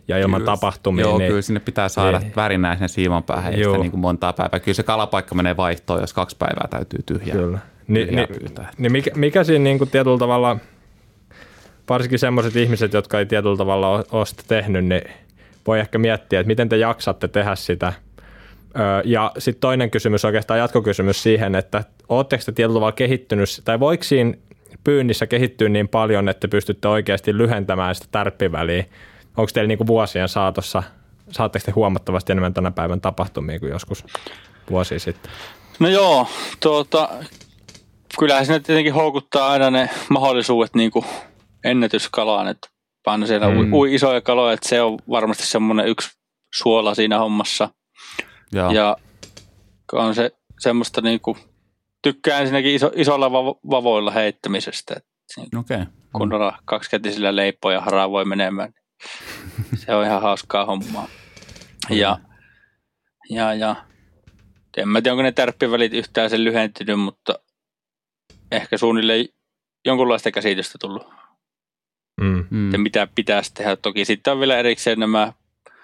ja ilman kyllä, tapahtumia. Joo, niin, kyllä sinne pitää saada niin, värinäisen siiman päähän ja sitä niin kuin montaa päivää. Kyllä se kalapaikka menee vaihtoon, jos kaksi päivää täytyy tyhjää. Kyllä. Ni, ni, niin mikä, mikä siinä niin kuin tietyllä tavalla, varsinkin sellaiset ihmiset, jotka ei tietyllä tavalla ole sitä tehnyt, niin voi ehkä miettiä, että miten te jaksatte tehdä sitä. Ja sitten toinen kysymys, oikeastaan jatkokysymys siihen, että ootteko te tietyllä tavalla kehittynyt, tai voiko siinä pyynnissä kehittyä niin paljon, että pystytte oikeasti lyhentämään sitä tärppiväliä? Onko teillä niinku vuosien saatossa, saatteko te huomattavasti enemmän tänä päivän tapahtumia kuin joskus vuosia sitten? No joo, tuota, kyllähän siinä tietenkin houkuttaa aina ne mahdollisuudet niin kuin ennätyskalaan, että aina siellä mm. ui isoja kaloja, että se on varmasti semmoinen yksi suola siinä hommassa. Joo. Ja on se semmoista niin kuin, tykkää ensinnäkin iso, isolla vavoilla heittämisestä, että okay. kun on kaksikätisillä leipoja haraa voi menemään, niin se on ihan hauskaa hommaa. Ja, ja, ja en mä tiedä, onko ne tärppivälit yhtään sen lyhentynyt, mutta ehkä suunnilleen jonkunlaista käsitystä tullut. Mm. Mm. Mitä pitäisi tehdä. Toki sitten on vielä erikseen nämä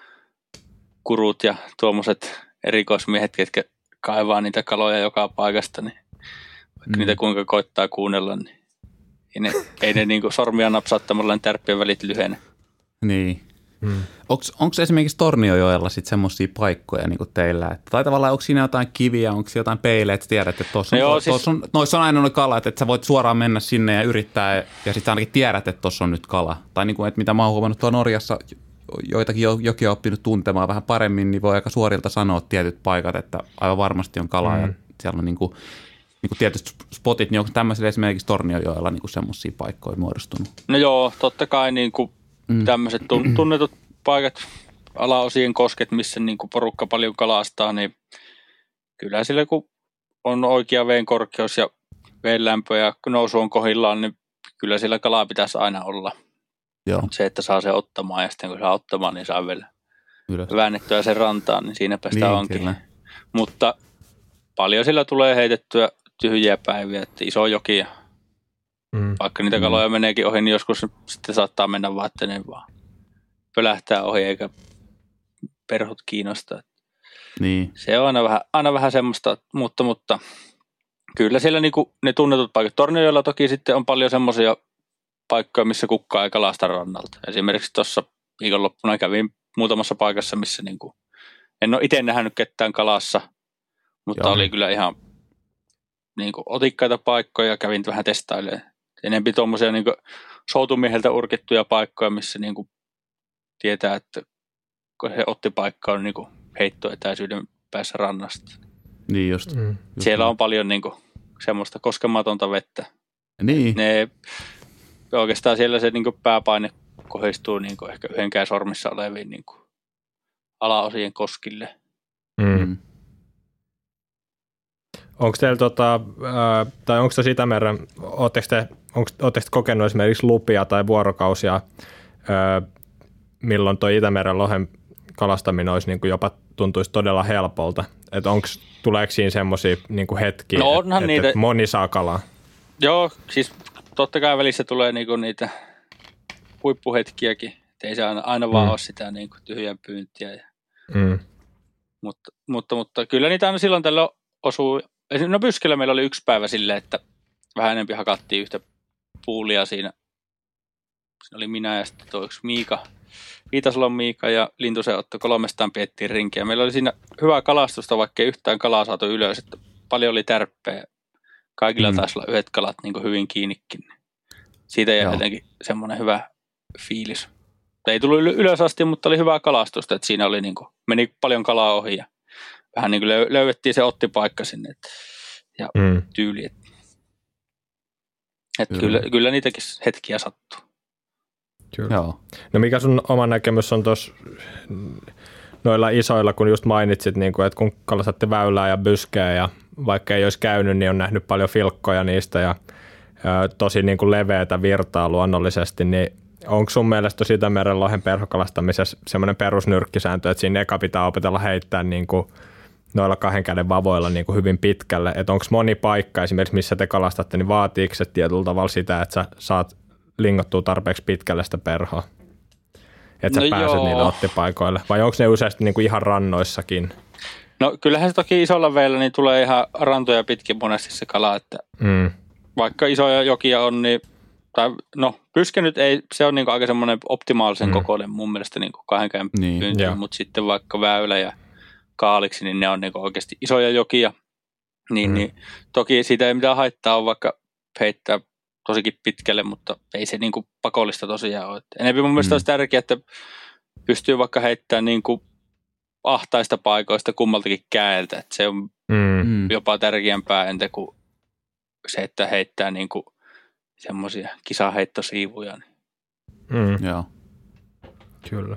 kurut ja tuommoiset erikoismiehet, ketkä kaivaa niitä kaloja joka paikasta, niin vaikka mm. niitä kuinka koittaa kuunnella, niin ei ne, ei ne niinku sormia napsauttamalla ne tärppien välit lyhene. Niin. Hmm. Onko esimerkiksi Torniojoella sitten semmoisia paikkoja niin kuin teillä? Että, tai tavallaan onko siinä jotain kiviä, onko jotain peilejä, että tiedät, että tuossa on, no siis... on, noissa on aina noin kalat, että sä voit suoraan mennä sinne ja yrittää, ja sitten ainakin tiedät, että tuossa on nyt kala. Tai niin kuin, että mitä mä oon huomannut tuolla Norjassa, joitakin jokia on oppinut tuntemaan vähän paremmin, niin voi aika suorilta sanoa tietyt paikat, että aivan varmasti on kalaa. Hmm. Ja siellä on niin kuin, niin kuin tietyt spotit, niin onko tämmöisellä esimerkiksi Torniojoella niin kuin semmoisia paikkoja muodostunut? No joo, totta kai niin kuin mm. tämmöiset tunnetut paikat, alaosien kosket, missä niin kuin porukka paljon kalastaa, niin kyllä sillä kun on oikea veen korkeus ja veen lämpö ja nousu on kohdillaan, niin kyllä sillä kalaa pitäisi aina olla. Joo. Se, että saa se ottamaan ja sitten kun saa ottamaan, niin saa vielä Ylös. väännettyä sen rantaan, niin siinäpä sitä niin, onkin. Kyllä. Mutta paljon sillä tulee heitettyä tyhjiä päiviä, että iso joki ja mm. vaikka niitä kaloja mm. meneekin ohi, niin joskus sitten saattaa mennä vaan, että ne vaan pölähtää ohi eikä perhot kiinnosta. Niin. Se on aina vähän, aina vähän semmoista, mutta, mutta kyllä siellä niinku ne tunnetut paikat. Torniojoella toki sitten on paljon semmoisia paikkoja, missä kukkaa ei kalasta rannalta. Esimerkiksi tuossa viikonloppuna kävin muutamassa paikassa, missä niinku, en ole itse nähnyt ketään kalassa, mutta Joo. oli kyllä ihan niinku otikkaita paikkoja, kävin vähän testailemaan. Enempi tuommoisia niinku soutumieheltä urkittuja paikkoja, missä niinku tietää, että kun se ottipaikka on niinku heittoetäisyyden päässä rannasta. Niin just. Mm. just Siellä niin. on paljon niinku semmoista koskematonta vettä. Niin. Ne, oikeastaan siellä se niinku pääpaine kohdistuu niinku ehkä yhdenkään sormissa oleviin niinku alaosien koskille. Mm. Onko teillä tota, ää, tai onko tuossa Itämeren, ootteko te, ootteko te kokenut esimerkiksi lupia tai vuorokausia, ää, milloin tuo Itämeren lohen kalastaminen olisi niin kuin jopa tuntuisi todella helpolta? Että onko, tuleeko siinä semmoisia niin kuin hetkiä, no, että, niitä... että moni saa kalaa? Joo, siis totta kai välissä tulee niinku niitä huippuhetkiäkin, että ei se aina, aina mm. vaan ole sitä niinku tyhjän pyyntiä. Ja... Mm. Mutta, mutta, mutta kyllä niitä aina silloin tällöin osuu. No Byskellä meillä oli yksi päivä silleen, että vähän enemmän hakattiin yhtä puulia siinä. Siinä oli minä ja sitten tuo yksi Miika, Viitasalon Miika ja Lintusen Otto, kolmestaan piettiin rinkiä. Meillä oli siinä hyvää kalastusta, vaikka ei yhtään kalaa saatu ylös, että paljon oli tärppejä. Kaikilla mm. taisi olla yhdet kalat niin kuin hyvin kiinnikin. Siitä jäi jotenkin semmoinen hyvä fiilis. Ei tullut ylös asti, mutta oli hyvää kalastusta, että siinä oli niin kuin, meni paljon kalaa ohi ja vähän niin kuin löydettiin se ottipaikka sinne et, ja mm. tyyli. Et, et kyllä, kyllä niitäkin hetkiä sattuu. Kyllä. Joo. No mikä sun oma näkemys on tuossa noilla isoilla, kun just mainitsit, niin kuin, että kun kalastatte väylää ja byskeä ja vaikka ei olisi käynyt, niin on nähnyt paljon filkkoja niistä ja ää, tosi niin kuin leveätä virtaa luonnollisesti, niin onko sun mielestä Itämeren lohen perhokalastamisessa semmoinen perusnyrkkisääntö, että siinä eka pitää opetella heittää niin kuin noilla kahden käden vavoilla niin kuin hyvin pitkälle, että onko moni paikka esimerkiksi, missä te kalastatte, niin vaatiiko se tietyllä tavalla sitä, että sä saat lingottua tarpeeksi pitkälle sitä perhoa? että sä no pääset joo. niille ottipaikoille? Vai onko ne useasti niin kuin ihan rannoissakin? No kyllähän se toki isolla veellä niin tulee ihan rantoja pitkin monesti se kala, että mm. vaikka isoja jokia on, niin tai no pyskä nyt ei, se on niin kuin aika semmoinen optimaalisen mm. kokoinen mun mielestä niin kuin kahdenkäin niin, pyyntiä, mutta sitten vaikka väylä ja kaaliksi, niin ne on niin kuin oikeasti isoja jokia, niin, mm. niin toki siitä ei mitään haittaa ole vaikka heittää tosikin pitkälle, mutta ei se niin kuin pakollista tosiaan ole. Enemmän mun mielestä mm. olisi tärkeää, että pystyy vaikka heittämään niin kuin ahtaista paikoista kummaltakin käeltä, että se on mm. jopa tärkeämpää entä kuin se, että heittää niin kuin semmoisia kisaheittosiivuja. Mm. Joo. Kyllä.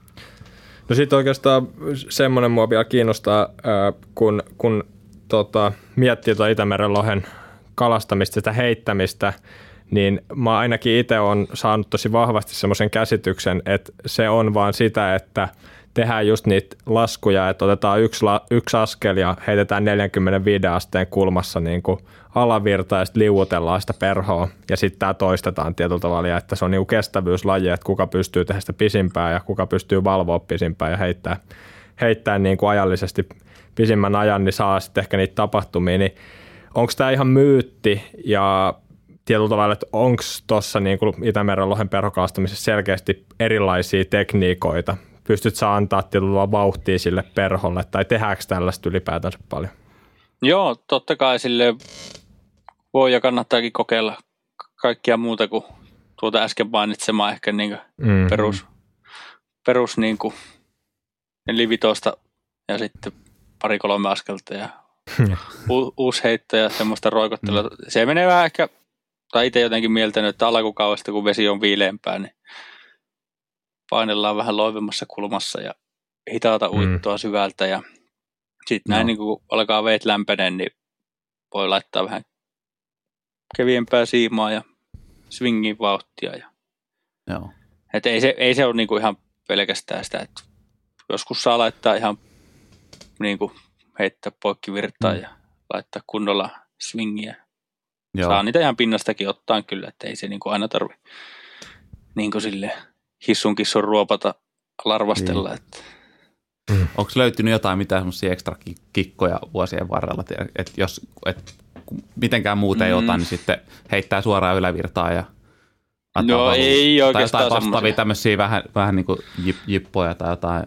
No sitten oikeastaan semmoinen mua vielä kiinnostaa, kun, kun tota, miettii tuota Itämeren lohen kalastamista, sitä heittämistä, niin mä ainakin itse olen saanut tosi vahvasti semmoisen käsityksen, että se on vaan sitä, että tehdään just niitä laskuja, että otetaan yksi, la, yksi askel ja heitetään neljäkymmentäviisi asteen kulmassa niin kuin alavirta ja sitten liuutellaan sitä perhoa ja sitten tämä toistetaan tietyllä tavalla, että se on niin kuin kestävyyslaji, että kuka pystyy tehdä sitä pisimpää ja kuka pystyy valvoa pisimpää ja heittää, heittää niin kuin ajallisesti pisimmän ajan, niin saa sitten ehkä niitä tapahtumia, niin onko tämä ihan myytti ja tietyllä tavalla, että onko tuossa niin kuin Itämeren lohen perhokalastamisessa selkeästi erilaisia tekniikoita? Pystyt sä antaa tietyllä vauhtia sille perholle, tai tehdäänkö tällaista ylipäätänsä paljon? Joo, totta kai sille voi ja kannattaakin kokeilla kaikkia muuta kuin tuota äsken mainitsemaan ehkä niin kuin mm-hmm. perus, perus niin kuin livitosta ja sitten pari kolme askelta ja u- uusi heitto ja semmoista roikottelua. Mm. Se menee vähän ehkä, tai itse jotenkin mieltänyt, että alkukaudesta kun vesi on viileämpää, niin painellaan vähän loivemmassa kulmassa ja hitaata uittoa mm. syvältä ja sitten näin no. niin kun alkaa veet lämpeneen, niin voi laittaa vähän keviempää siimaa ja swingin vauhtia. Ja Joo. Et ei, se, ei se ole niin kuin ihan pelkästään sitä, että joskus saa laittaa ihan niin kuin heittää poikkivirtaa mm. ja laittaa kunnolla swingiä. Joo. Saa niitä ihan pinnastakin ottaa kyllä, että ei se niin kuin aina tarvitse niin kuin silleen hissun kissun ruopata larvastella. Niin. Että. Mm. Onko löytynyt jotain mitään semmoisia ekstra kikkoja vuosien varrella, että jos et, mitenkään muuta ei mm. ota, niin sitten heittää suoraan ylävirtaan ja no valuu. Ei oikeastaan tai jotain vastaavia tämmöisiä vähän, vähän niin kuin jippoja tai jotain.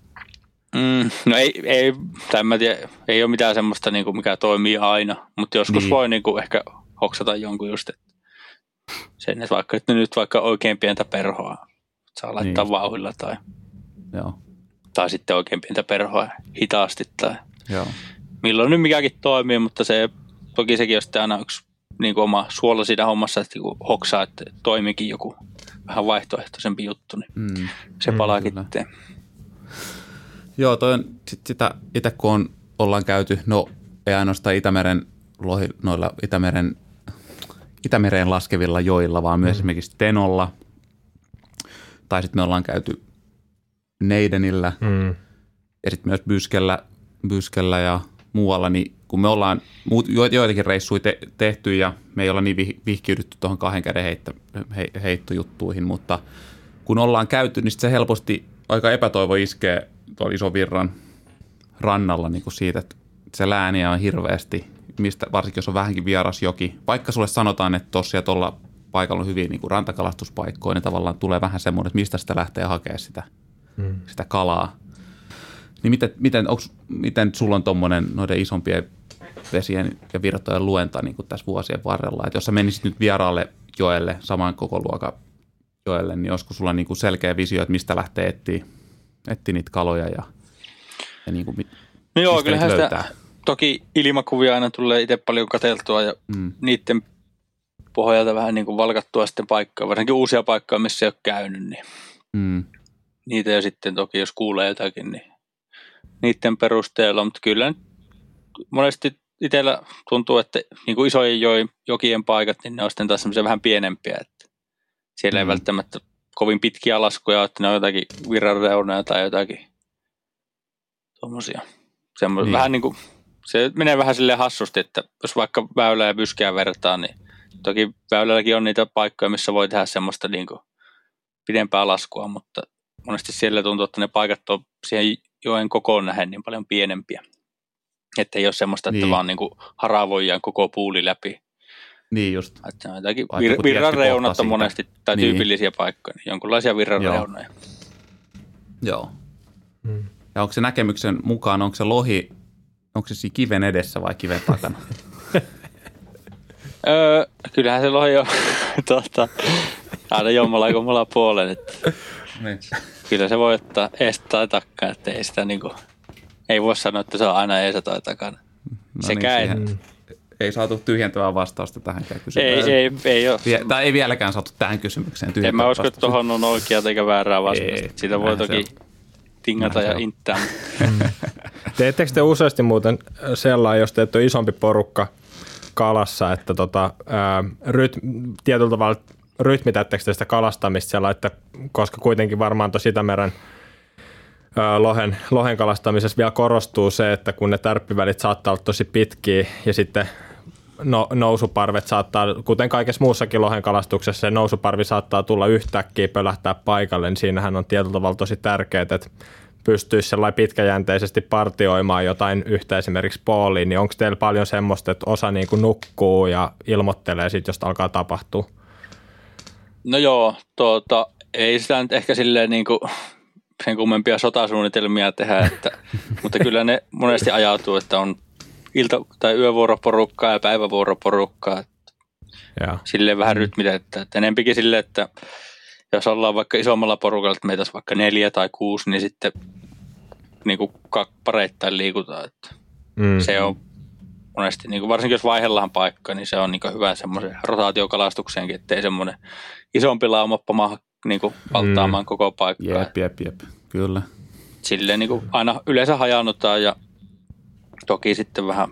Mm, no ei, ei, tai en mä tiedä, ei ole mitään semmoista, niin kuin mikä toimii aina, mutta joskus niin. voi niin kuin ehkä hoksata jonkun just, että sen, että vaikka että nyt vaikka oikein pientä perhoa saa laittaa niin. vauhdilla tai, Joo. tai sitten oikein pientä perhoa hitaasti tai Joo. milloin nyt mikäkin toimii, mutta se toki sekin on sitten aina yksi niin kuin oma suola siinä hommassa, että kun hoksaa, että toimikin joku vähän vaihtoehtoisempi juttu, niin mm. se palaakin mm, teen. Joo, toi on sit sitä, itse kun on, ollaan käyty, no ei ainoastaan Itämeren, lohi, noilla Itämeren, Itämereen laskevilla joilla, vaan myös mm. esimerkiksi Tenolla, tai sitten me ollaan käyty Neidenillä, mm. ja sitten myös Byskellä, Byskellä ja muualla, niin kun me ollaan muut, joitakin reissuja te, tehty, ja me ei olla niin vihkiydytty tuohon kahden käden heitto, he, heittojuttuihin, mutta kun ollaan käyty, niin se helposti aika epätoivo iskee tuolla ison virran rannalla niin kuin siitä, että se lääniä on hirveästi, mistä, varsinkin jos on vähänkin vieras joki. Vaikka sulle sanotaan, että tuossa ja tuolla paikalla on hyviä niin kuin rantakalastuspaikkoja, niin tavallaan tulee vähän semmoinen, että mistä sitä lähtee hakemaan sitä, mm. sitä kalaa. Niin miten, miten, onks, miten sulla on tuommoinen noiden isompien vesien ja virtojen luenta niin kuin tässä vuosien varrella? Että jos sä menisit nyt vieraalle joelle, saman koko luokan joelle, niin olisiko sulla niin kuin selkeä visio, että mistä lähtee etsiä, etsiä niitä kaloja ja, ja niin kuin, no joo, kyllähän sitä toki ilmakuvia aina tulee itse paljon katseltua ja mm. niiden pohjalta vähän niin kuin valkattua sitten paikkaa, varsinkin uusia paikkoja, missä ei ole käynyt, niin mm. niitä ja sitten toki jos kuulee jotakin, niin niiden perusteella, mutta kyllä nyt monesti itsellä tuntuu, että niin kuin isojen jokien paikat, niin ne on sitten taas semmoisia vähän pienempiä, että siellä mm. ei välttämättä kovin pitkiä laskuja, että ne on jotakin virranreunoja tai jotakin tuommoisia. Niin. Vähän niin kuin, se menee vähän silleen hassusti, että jos vaikka väylää ja byskää vertaa, niin toki väylälläkin on niitä paikkoja, missä voi tehdä semmoista niin kuin pidempää laskua, mutta monesti siellä tuntuu, että ne paikat on siihen joen kokoon nähden niin paljon pienempiä. Että ei ole semmoista, että niin. vaan niin kuin haravoidaan koko puuli läpi. Niin just. Että on jotakin vir- virranreunat on monesti, tai niin. tyypillisiä paikkoja, niin jonkunlaisia virranreunoja. Joo. Hmm. Ja onko se näkemyksen mukaan, onko se lohi, onko se siinä kiven edessä vai kiven takana? öö, kyllähän se lohi on tuota, aina jommalla kummalla puolen. Että niin. Kyllä se voi ottaa eestä tai takkaan, että ei sitä niinku, ei voi sanoa, että se on aina eessä tai takana. No sekä niin, siihen, ei saatu tyhjentävää vastausta tähänkään kysymykseen. Ei, ei, ei ole. Vie, tai ei vieläkään saatu tähän kysymykseen tyhjentävää En mä usko, että tuohon on oikeaa eikä väärää vastausta. Siitä voi toki tingata ja inttää. Teettekö te useasti muuten sellainen, jos teet on isompi porukka kalassa, että tota, ää, ryt, tietyllä tavalla rytmitättekö te sitä kalastamista siellä, että koska kuitenkin varmaan tuossa Itämeren ää, lohen, lohen kalastamisessa vielä korostuu se, että kun ne tärppivälit saattaa olla tosi pitkiä ja sitten no, nousuparvet saattaa, kuten kaikessa muussakin lohen kalastuksessa, se nousuparvi saattaa tulla yhtäkkiä pölähtää paikalle, niin siinähän on tietyllä tavalla tosi tärkeää, että pystyisi sellainen pitkäjänteisesti partioimaan jotain yhtä esimerkiksi pooliin, niin onko teillä paljon semmoista, että osa niin kuin nukkuu ja ilmoittelee sitten, jos alkaa tapahtua? No joo, tuota, ei sitä nyt ehkä silleen niin kuin sen kummempia sotasuunnitelmia tehdä, että, mutta kyllä ne monesti ajautuu, että on ilta- tai yövuoroporukkaa ja päivävuoroporukkaa. Ja. Silleen vähän rytmitettä. Että enempikin silleen, että jos ollaan vaikka isommalla porukalla, että meitä olisi vaikka neljä tai kuusi, niin sitten niin kuin pareittain liikutaan. Että mm. Se on monesti, niin kuin varsinkin jos vaihdellaan paikka, niin se on niin kuin hyvä semmoisen rotaatiokalastukseenkin, ettei semmoinen isompi laumappa maahan niin kuin valtaamaan mm. koko paikkaa. Jep, jep, jep. Kyllä. Silleen niin kuin aina yleensä hajannutaan ja toki sitten vähän,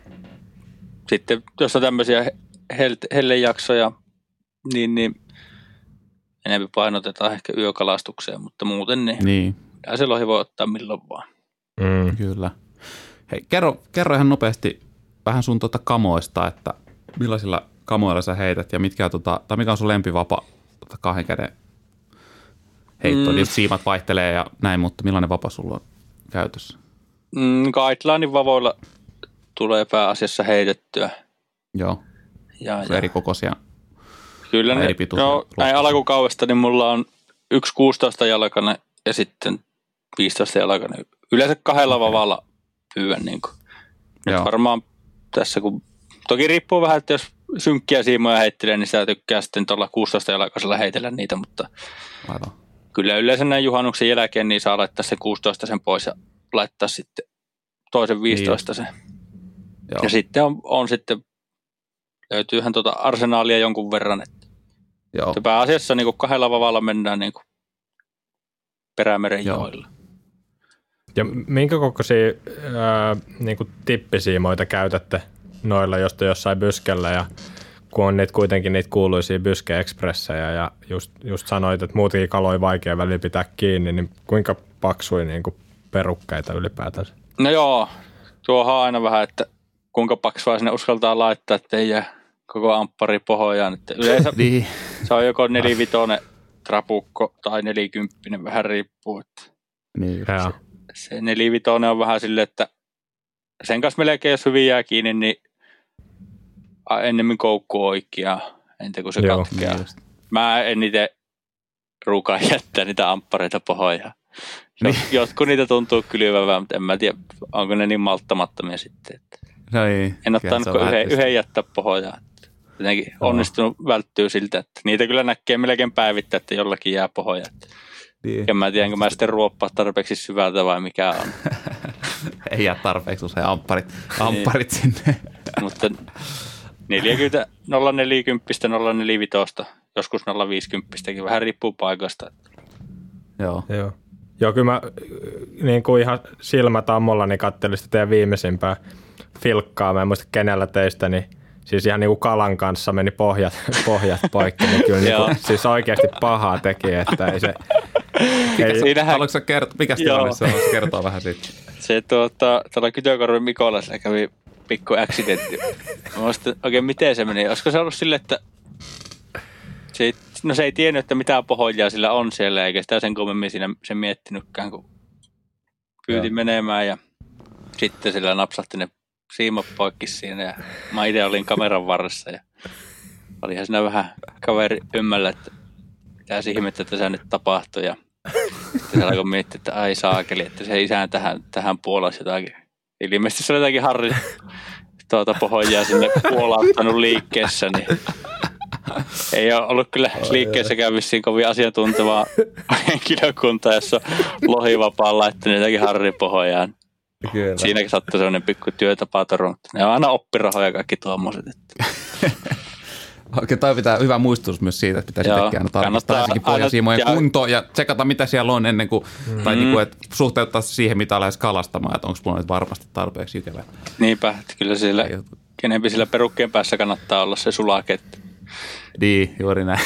sitten jos on tämmöisiä hellejaksoja, niin, niin enemmän painotetaan ehkä yökalastukseen, mutta muuten niin, niin. Se lohi voi ottaa milloin vaan. Mm. Kyllä. Hei, kerro, kerro ihan nopeasti vähän sun tuota kamoista, että millaisilla kamoilla sä heität ja mitkä, tuota, tai mikä on sun lempivapa tuota kahden käden heitto, mm. jos siimat vaihtelee ja näin, mutta millainen vapa sulla on käytössä? Mm, Guidelinein vavoilla tulee pääasiassa heitettyä. Joo, ja, ja. eri kokoisia. Kyllä ne, no näin alkukaudesta, niin mulla on yksi kuusitoista jalkainen ja sitten viisitoista jalkainen. Yleensä kahdella okay. vavalla pyydän. Niin nyt varmaan tässä, kun toki riippuu vähän, että jos synkkiä siimoja heittelee, niin sitä tykkää sitten tuolla kuusitoista jalkaisella heitellä niitä, mutta aivan. Kyllä yleensä näin juhannuksen jälkeen niin saa laittaa se kuusitoista sen pois ja laittaa sitten toisen viisitoista sen. Joo. Ja sitten on, on sitten, löytyyhän tuota arsenaalia jonkun verran, että Joo. pääasiassa niin kuin kahdella vavalla mennään niin kuin Perämeren Joo. joilla. Ja minkä kokoisia ää, niin kuin tippisiimoita käytätte noilla, josta jossain byskellä ja kun on niitä kuitenkin niitä kuuluisia byskeekspressejä ja just, just sanoit, että muutenkin kaloja vaikea välillä pitää kiinni, niin kuinka paksui niin kuin perukkeita ylipäätänsä? No joo, tuohon on aina vähän, että kuinka paksua sinne uskaltaa laittaa, ettei jää koko amppari pohjaan. Että yleensä niin. Se on joko nelivitonen trapukko tai nelikymppinen, vähän riippuu. Että niin, se, se nelivitonen on vähän silleen, että sen kanssa melkein jos hyvin jää kiinni, niin ennemmin koukku oikeaa, entä kun se Joo, katkeaa. Niin mä en itse ruukaan jättää niitä amppareita pohjaan. Niin. Jotkut niitä tuntuu kylvävää, mutta en mä tiedä, onko ne niin malttamattomia sitten. Että no ei, en ottanut kuin yhden, yhden jättää pohjaan. Jotenkin Joo. onnistunut välttyy siltä, että niitä kyllä näkee melkein päivittäin, että jollakin jää pohjaan. Niin. En mä tiedä, enkä mä sitten ruoppaa tarpeeksi syvältä vai mikä on. Ei jää tarpeeksi usein ampparit, ampparit niin. sinne. Mutta neljäkymmentä, nolla neljäkymmentä, nolla neljäkymmentä, joskus nolla viisikymmentäkin, vähän riippuu paikasta. Joo. Joo. Joo, kyllä mä niin kuin ihan silmätammolla niin katselin sitä teidän viimeisimpää filkkaa. Mä en muista kenellä teistä, niin siis ihan niin kuin kalan kanssa meni pohjat, pohjat poikki. Niin kyllä niin kuin, siis oikeasti pahaa teki, että ei se... Ei, Siinähän... Haluatko sä kertoa, mikä tilanne se on? Kertoo vähän siitä. Se tuota, tuolla Kytökorven Mikolla sillä kävi pikku accidentti. Mä muistin, oikein miten se meni. Olisiko se ollut silleen, että se no se ei tiennyt, että mitä pohjaa sillä on siellä, eikä sitä sen kummemmin siinä sen miettinytkään, kun pyyti menemään ja sitten sillä napsahti ne siimat poikki siinä ja mä itse olin kameran varressa ja olihan siinä vähän kaveri ymmällä, että mitä ihmettä tässä nyt tapahtui ja sitten se alkoi miettiä, että ai saakeli, että se isään tähän, tähän puolasi jotakin. Ilmeisesti se oli jotakin Harri tuota pohjaa sinne puolauttanut liikkeessä, niin ei ole ollut kyllä liikkeessäkään vissiin kovin asiantuntevaa henkilökuntaa, jossa lohivapaan laittanut jotakin Harri pohjaan. Kyllä. Siinäkin sattui sellainen pikku työtapatoru, mutta ne on aina oppirahoja kaikki tuommoiset. Okei, toi pitää hyvä muistutus myös siitä, että pitäisi tehdä aina tarkistaa ensinnäkin pohjasiimojen ja kunto ja tsekata, mitä siellä on ennen kuin, mm. tai niin kuin, että suhteuttaa siihen, mitä lähes kalastamaan, että onko mulla nyt varmasti tarpeeksi jykevää. Niinpä, että kyllä sillä, kenempi sillä perukkeen päässä kannattaa olla se sulake. Niin, juuri näin.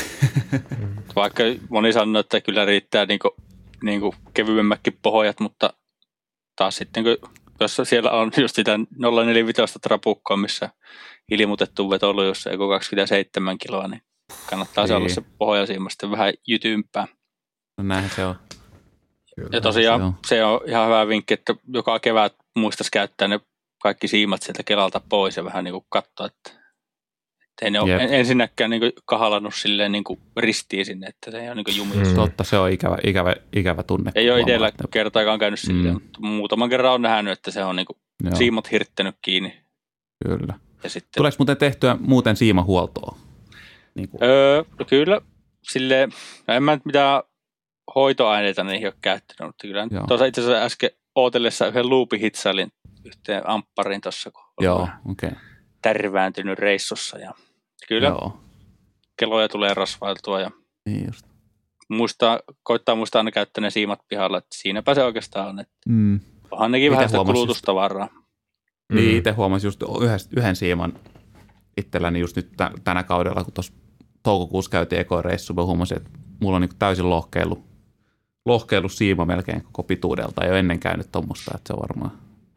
Vaikka moni sanoo, että kyllä riittää niin kuin, niin kuin kevyemmätkin pohjat, mutta taas sitten, kun, jos siellä on just sitä nolla neljä viisi trapukkoa, missä ilmoitettu vetoilu, jos ei kaksikymmentäseitsemän kiloa, niin kannattaa niin. Se olla se pohjasiima sitten vähän jytympää. No näinhän se on. Kyllä, ja tosiaan se on. se on ihan hyvä vinkki, että joka kevät muistaisi käyttää ne kaikki siimat sieltä Kelalta pois ja vähän niin kuin katsoa, että ei ne ole ensinnäkään niin kuin kahalannut silleen niin kuin ristiin sinne, että se ei ole niin kuin jumissa. Mm. Totta, se on ikävä, ikävä, ikävä tunne. Ei ole itsellä kertaakaan käynyt silleen, mm. mutta muutaman kerran on nähnyt, että se on niin kuin siimat hirttänyt kiinni. Kyllä. Ja sitten, tuleeko muuten tehtyä muuten siimahuoltoa? Niin kuin. Öö, kyllä, silleen, no en mä nyt mitään hoitoaineita niihin ole käyttänyt, mutta kyllä tuossa itse asiassa äsken ootellessa yhden luupin hitsailin yhteen ampparin tuossa, kun Joo, okay. tärvääntynyt reissussa ja kyllä Joo. keloja tulee rasvailtua ja niin just. muistaa, koittaa muistaa aina käyttää ne siimat pihalla, että siinäpä se oikeastaan on, että mm. onhan nekin vähän sitä kulutustavaraa. Mm. Niin, itse huomasin just yhden siiman itselläni just nyt tänä kaudella, kun tuossa toukokuussa käytiin ekoreissu, mä huomasin, että mulla on niin kuin täysin lohkeillut, lohkeillut siima melkein koko pituudelta. Ei ole ennen käynyt tuommoista, että se on varmaan,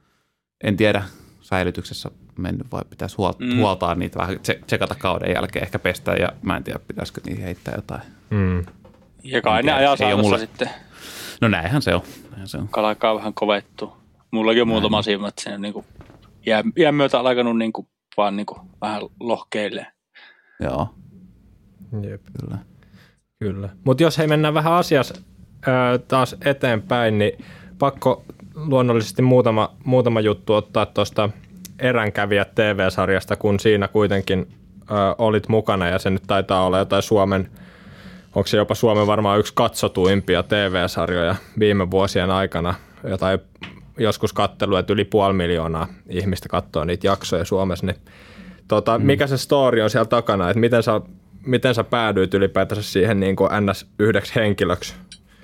en tiedä, säilytyksessä mennyt vai pitäisi huoltaa, mm. huoltaa niitä vähän, tsekata kauden jälkeen, ehkä pestä ja mä en tiedä, pitäisikö niihin heittää jotain. Mm. Ja kai ne ajaa saatossa sitten. No näinhän se on. Näinhän se on. Kalakaan vähän kovettuu. Mullakin on muutama siima, että se on niin kuin jää, jää myötä alkanut niin kuin, vaan niin kuin vähän lohkeilee. Joo. Jep. Kyllä. Kyllä. Mutta jos hei mennään vähän asiassa ää, taas eteenpäin, niin pakko luonnollisesti muutama, muutama juttu ottaa tuosta Eränkävijät T V-sarjasta, kun siinä kuitenkin ää, olit mukana ja se nyt taitaa olla jotain Suomen, onko se jopa Suomen varmaan yksi katsotuimpia T V-sarjoja viime vuosien aikana, jotain joskus katselu, että yli puoli miljoonaa ihmistä katsoo niitä jaksoja Suomessa, niin tota, mm. mikä se story on siellä takana, että miten sä, miten sä päädyit ylipäätänsä siihen niin kuin N S yhdeksi henkilöksi?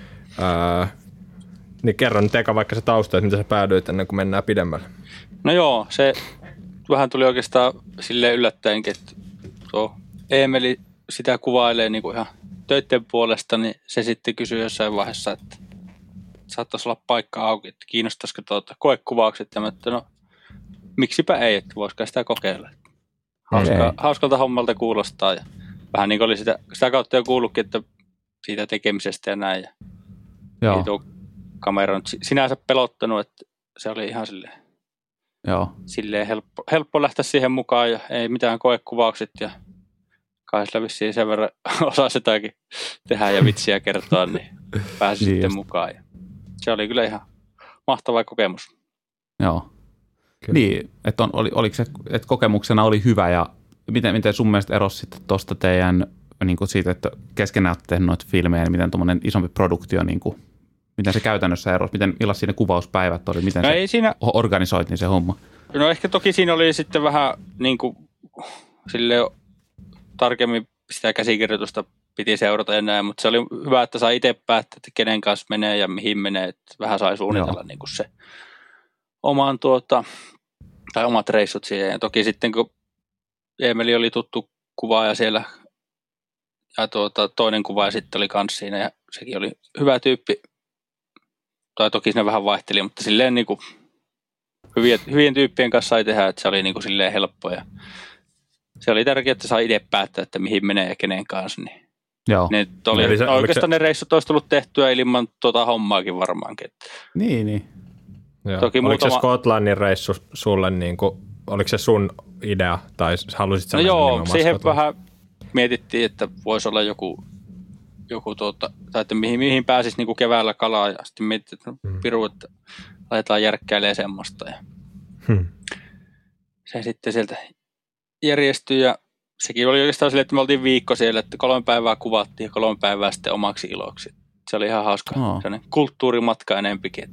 Ää, niin kerro nyt eka vaikka se tausta, että miten sä päädyit ennen kuin mennään pidemmälle. No joo, se vähän tuli oikeastaan silleen yllättäenkin, että tuo Eemeli sitä kuvailee niin kuin ihan töiden puolesta, niin se sitten kysyi jossain vaiheessa, että saattaisi olla paikka auki, että kiinnostaisiko tuota koekuvaukset, ja mä, että no miksipä ei, että voisiko sitä kokeilla. Hauska, hauskalta hommalta kuulostaa, ja vähän niin kuin oli sitä, sitä kautta jo kuullutkin, että siitä tekemisestä ja näin, ja Joo. ei tuo kamera on sinänsä pelottanut, että se oli ihan silleen, Joo. silleen helppo, helppo lähteä siihen mukaan, ja ei mitään koekuvaukset, ja kai sillä vissiin sen verran osaa sitäkin tehdä ja vitsiä kertoa, niin pääsi niin sitten just. mukaan. Ja se oli kyllä ihan mahtava kokemus. Joo. Kyllä. Niin, että on, oli, oliko se, että kokemuksena oli hyvä ja miten, miten sun mielestä erosi sitten tuosta teidän, niin kuin siitä, että keskenään olette tehneet noita filmejä, niin miten tuommoinen isompi produktio, niin kuin, miten se käytännössä erosi, miten, millaisia ne kuvauspäivät oli, miten no se siinä, organisoit niin se homma? No ehkä toki siinä oli sitten vähän niin kuin silleen tarkemmin sitä käsikirjoitusta piti seurata ja näin, mutta se oli hyvä, että sai itse päättää, että kenen kanssa menee ja mihin menee, että vähän sai suunnitella niin kuin se oman tuota, tai omat reissut siihen. Ja toki sitten kun Eemeli oli tuttu kuvaaja siellä ja tuota, toinen kuvaaja sitten oli kans siinä ja sekin oli hyvä tyyppi. Tai toki siinä vähän vaihteli, mutta silleen niin kuin hyvien, hyvien tyyppien kanssa sai tehdä, että se oli niin kuin silleen helppo ja se oli tärkeää, että sai itse päättää, että mihin menee ja kenen kanssa. Niin Joo. Ne oli, Eli se, no oikeastaan se... ne reissut olisi tullut tehtyä ilman tuota hommaakin varmaankin. Niin, niin. Joo. Toki oliko muutama... se Skotlannin reissu sulle, niin kuin, oliko se sun idea, tai halusit sä no joo, siihen Skotlannin? Vähän mietittiin, että voisi olla joku, joku tuota, tai että mihin, mihin pääsisi niin kuin keväällä kalaa, ja sitten mietittiin, että hmm. piru, että laitetaan järkkäilemään semmoista. Ja hmm. Se sitten sieltä järjestyi, ja sekin oli oikeastaan silleen, että me oltiin viikko siellä, että kolme päivää kuvattiin ja kolme päivää sitten omaksi iloksi. Se oli ihan hauska. Oh. Sellainen kulttuurimatka enempikin.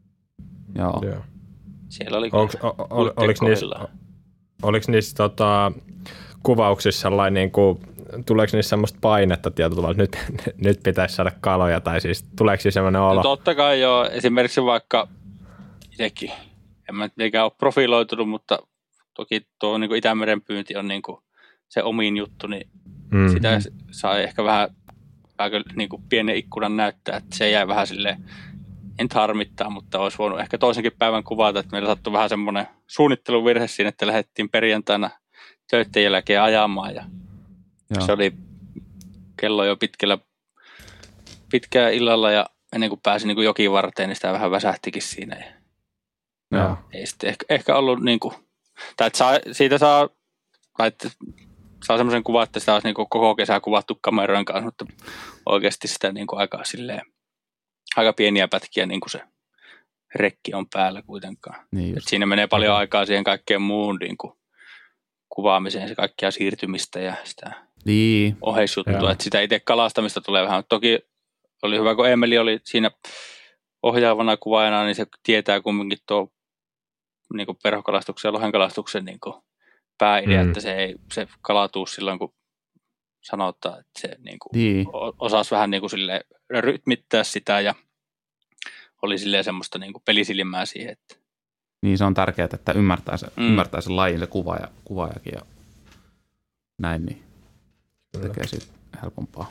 Joo. Siellä oli Onks, o, o, oliko niissä, oliko niissä tota, kuvauksissa sellainen, niin kuin, tuleeko niissä semmoista painetta tietyllä tavalla, että nyt, nyt pitäisi saada kaloja, tai siis tuleeko siis semmoinen olo? No, totta kai joo. Esimerkiksi vaikka itsekin, en mä mitenkään ole profiloitunut, mutta toki tuo niin kuin Itämeren pyynti on niin kuin se omiin juttu, niin mm. sitä sai ehkä vähän, vähän niin kuin pienen ikkunan näyttää, että se jäi vähän silleen, en harmittaa, mutta olisi voinut ehkä toisenkin päivän kuvata, että meillä sattui vähän semmoinen suunnitteluvirhe siinä, että lähdettiin perjantaina töiden jälkeen ajamaan ja Joo. se oli kello jo pitkällä, pitkään illalla ja ennen kuin pääsi niin kuin jokivarteen, niin sitä vähän väsähtikin siinä. Ja Joo. Ei sitten ehkä, ehkä ollut niin kuin, tai että saa, siitä saa, että saa semmoisen kuvan, että sitä olisi niin kuin koko kesää kuvattu kamerojen kanssa, mutta oikeasti sitä niin kuin aika silleen, aika pieniä pätkiä niin kuin se rekki on päällä kuitenkaan. Niin siinä menee paljon okay. aikaa siihen kaikkeen muuhun niin kuin kuvaamiseen, se kaikkia siirtymistä ja sitä niin. oheisjuttua. Että sitä itse kalastamista tulee vähän. Toki oli hyvä, kun Emeli oli siinä ohjaavana kuvaajana, niin se tietää kumminkin tuo niin kuin perhokalastuksen ja lohenkalastuksen niin kuin pääidea, mm. että se ei se kalatuu silloin, kun sanotaan, että se niin kuin niin. osasi vähän niin kuin silleen rytmittää sitä ja oli silleen semmoista niin kuin pelisilmää siihen. Että niin se on tärkeää, että ymmärtää, se, mm. ymmärtää sen lajin, se kuvaaja, kuvaajakin ja näin, niin tekee siitä helpompaa.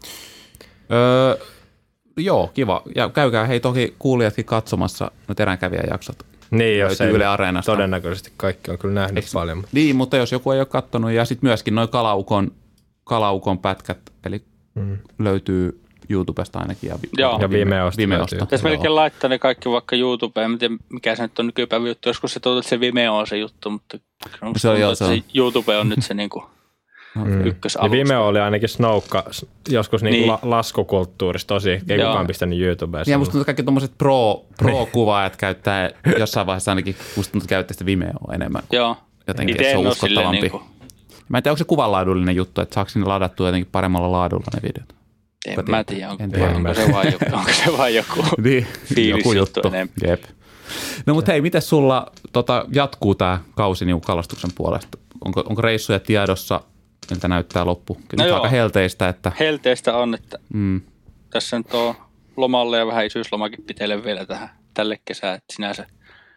Öö, joo, kiva. Ja käykää hei toki kuulijatkin katsomassa no eränkävijäjaksot. Niin, jos ei Yle Areenasta. Todennäköisesti kaikki on kyllä nähnyt Eks, paljon. Mutta. Niin, mutta jos joku ei ole katsonut, ja sitten myöskin noin kalaukon, kalaukon pätkät, eli mm. löytyy YouTubesta ainakin ja, Joo. ja Vimeosta. Vimeosta. Tässä melkein laittaa ne kaikki vaikka YouTubeen. En tiedä, mikä se nyt on nykypäivä juttu. Joskus se tuntuu, että se Vimeo on se juttu, mutta se, on, joo, se, on. se YouTube on nyt se niinku mm. ykkösalusta. Ja Vimeo oli ainakin snoukka joskus niinku niin. la- laskukulttuurissa tosi. Ei kukaan pistänyt YouTubeen. Ja musta tuntuu, kaikki tommoset pro, pro-kuvaajat käyttää jossain vaiheessa ainakin, musta tuntuu, käyttää sitä Vimeoa enemmän. Joo. Jotenkin, että se on uskottavampi. Niinku. Mä en tiedä, onko se kuvanlaadullinen juttu, että saako sinne ladattua jotenkin paremmalla laadulla ne videot. En Kotiin. Mä tiedä, onko, tiedä. onko, se vain joku, onko se vain joku niin, fiilisjuttu enemmän. Jep. No mutta hei, miten sulla tota, jatkuu tämä kausi niin kalastuksen puolesta? Onko, onko reissuja tiedossa, miltä näyttää loppu? Kyllä no aika helteistä. Että helteistä on, että mm. tässä nyt on lomalle ja vähän isyyslomakin pitelen vielä tähän tälle kesään. Että sinänsä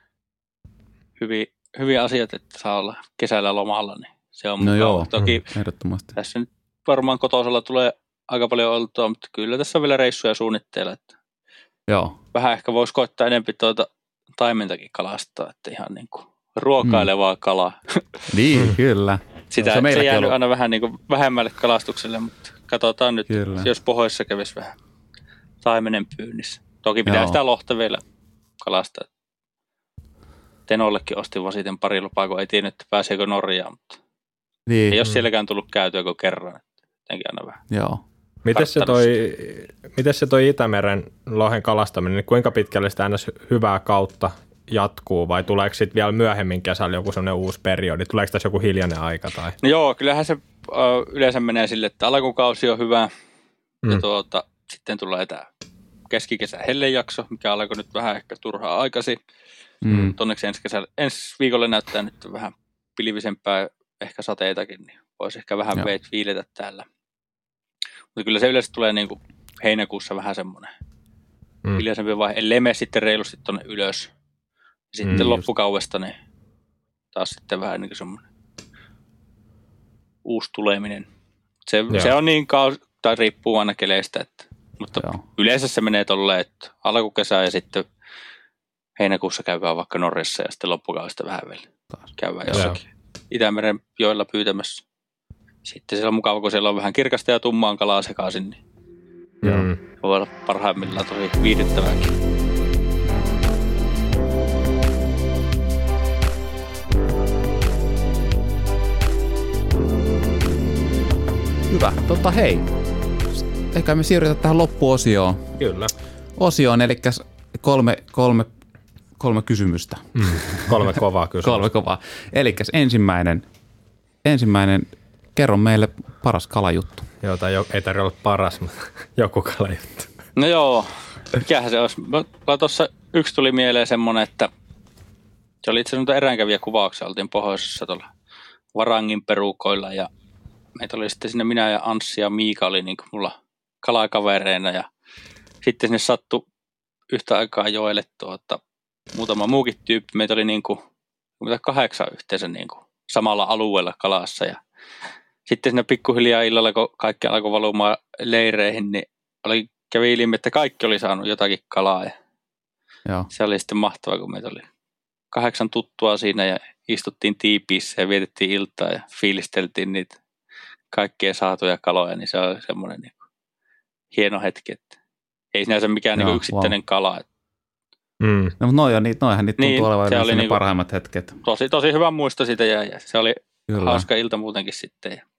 hyviä, hyviä asiat, että saa olla kesällä lomalla, niin se on no joo, toki mm, ehdottomasti. Tässä nyt varmaan kotosalla tulee aika paljon oltua, mutta kyllä tässä on vielä reissuja suunnitteilla. Että joo. Vähän ehkä voisi koittaa enemmän tuota taimentakin kalastaa, että ihan niin kuin ruokailevaa mm. kalaa. Niin, kyllä. Sitä, se, se jäänyt ollut aina vähän niin kuin vähemmälle kalastukselle, mutta katsotaan nyt, kyllä. jos pohjoissa kävisi vähän taimenen pyynnissä. Toki pitää joo. sitä lohta vielä kalastaa. Tenollekin ostin vasiten pari lupaa, kun ei tiennyt, että pääseekö Norjaan, mutta niin. ei ole sielläkään tullut käytyä kuin kerran. Jotenkin aina vähän. Joo. Miten se, toi, miten se toi Itämeren lohen kalastaminen, niin kuinka pitkälle sitä aina hyvää kautta jatkuu vai tuleeko sitten vielä myöhemmin kesällä joku sellainen uusi periodi? Tuleeko tässä joku hiljainen aika? Tai? No joo, kyllähän se ö, yleensä menee sille, että alkukausi on hyvä mm. ja tuota, sitten tulee tämä keskikesän hellejakso, mikä alkoi nyt vähän ehkä turhaa aikaisin. Mm. Onneksi ensi, kesällä, ensi viikolla näyttää nyt vähän pilvisempää, ehkä sateitakin, niin voisi ehkä vähän veit viiletä täällä. Mutta kyllä se yleensä tulee niin kuin heinäkuussa vähän semmoinen mm. hiljaisempi vaihe. Ellei mene sitten reilusti tuonne ylös. Sitten mm, loppukaudesta niin taas sitten vähän niin kuin semmoinen uusi tuleminen. Se, se on niin kauan, tai riippuu aina keleistä, että, mutta Joo. yleensä se menee tolleen, että alkukesää ja sitten heinäkuussa käydään vaikka Norjassa ja sitten loppukaudesta vähän vielä käydään jossakin Itämeren joilla pyytämässä. sitten siellä on mukava, kun siellä on vähän kirkasta ja tummaan kalaa sekaisin, niin mm. voi olla parhaimmillaan tosi viihdyttävääkin. Hyvä. Totta hei. Eikä me siirrytä tähän loppuosioon. Kyllä. Osioon, eli kolme, kolme, kolme kysymystä. Mm. Kolme kovaa kysymystä. kolme kovaa. Eli ensimmäinen, ensimmäinen, kerro meille paras kalajuttu. Joo, tai ei tarvitse olla paras, mutta joku kalajuttu. No joo, mikähän se olisi. Tuossa yksi tuli mieleen semmoinen, että se oli itse asiassa eräänkävijä kuvauksia. Oltiin pohjoisessa tuolla Varangin perukoilla ja meitä oli sitten sinne minä ja Anssi ja Miika oli niin kuin mulla kalakavereina ja sitten sinne sattui yhtä aikaa joelle tuota, muutama muukin tyyppi. Meitä oli niin kuin kahdeksan yhteensä niin kuin samalla alueella kalassa ja sitten sinne pikkuhiljaa illalla, kun kaikki alkoi valumaan leireihin, niin oli, kävi ilmi, että kaikki oli saanut jotakin kalaa ja Joo. Se oli sitten mahtavaa, kun meitä oli kahdeksan tuttua siinä ja istuttiin tiipiissä ja vietettiin iltaa ja fiilisteltiin niitä kaikkea saatuja kaloja, niin se oli semmoinen niin kuin hieno hetki, että ei sinänsä mikään Joo, niin yksittäinen wow. kala. Mm. No, mutta noihan niitä, noihan niitä tuntuu niin, olevan ne niin parhaimmat hetket. Tosi, tosi hyvä muisto siitä jäi ja se oli Kyllä. hauska ilta muutenkin sitten. Ja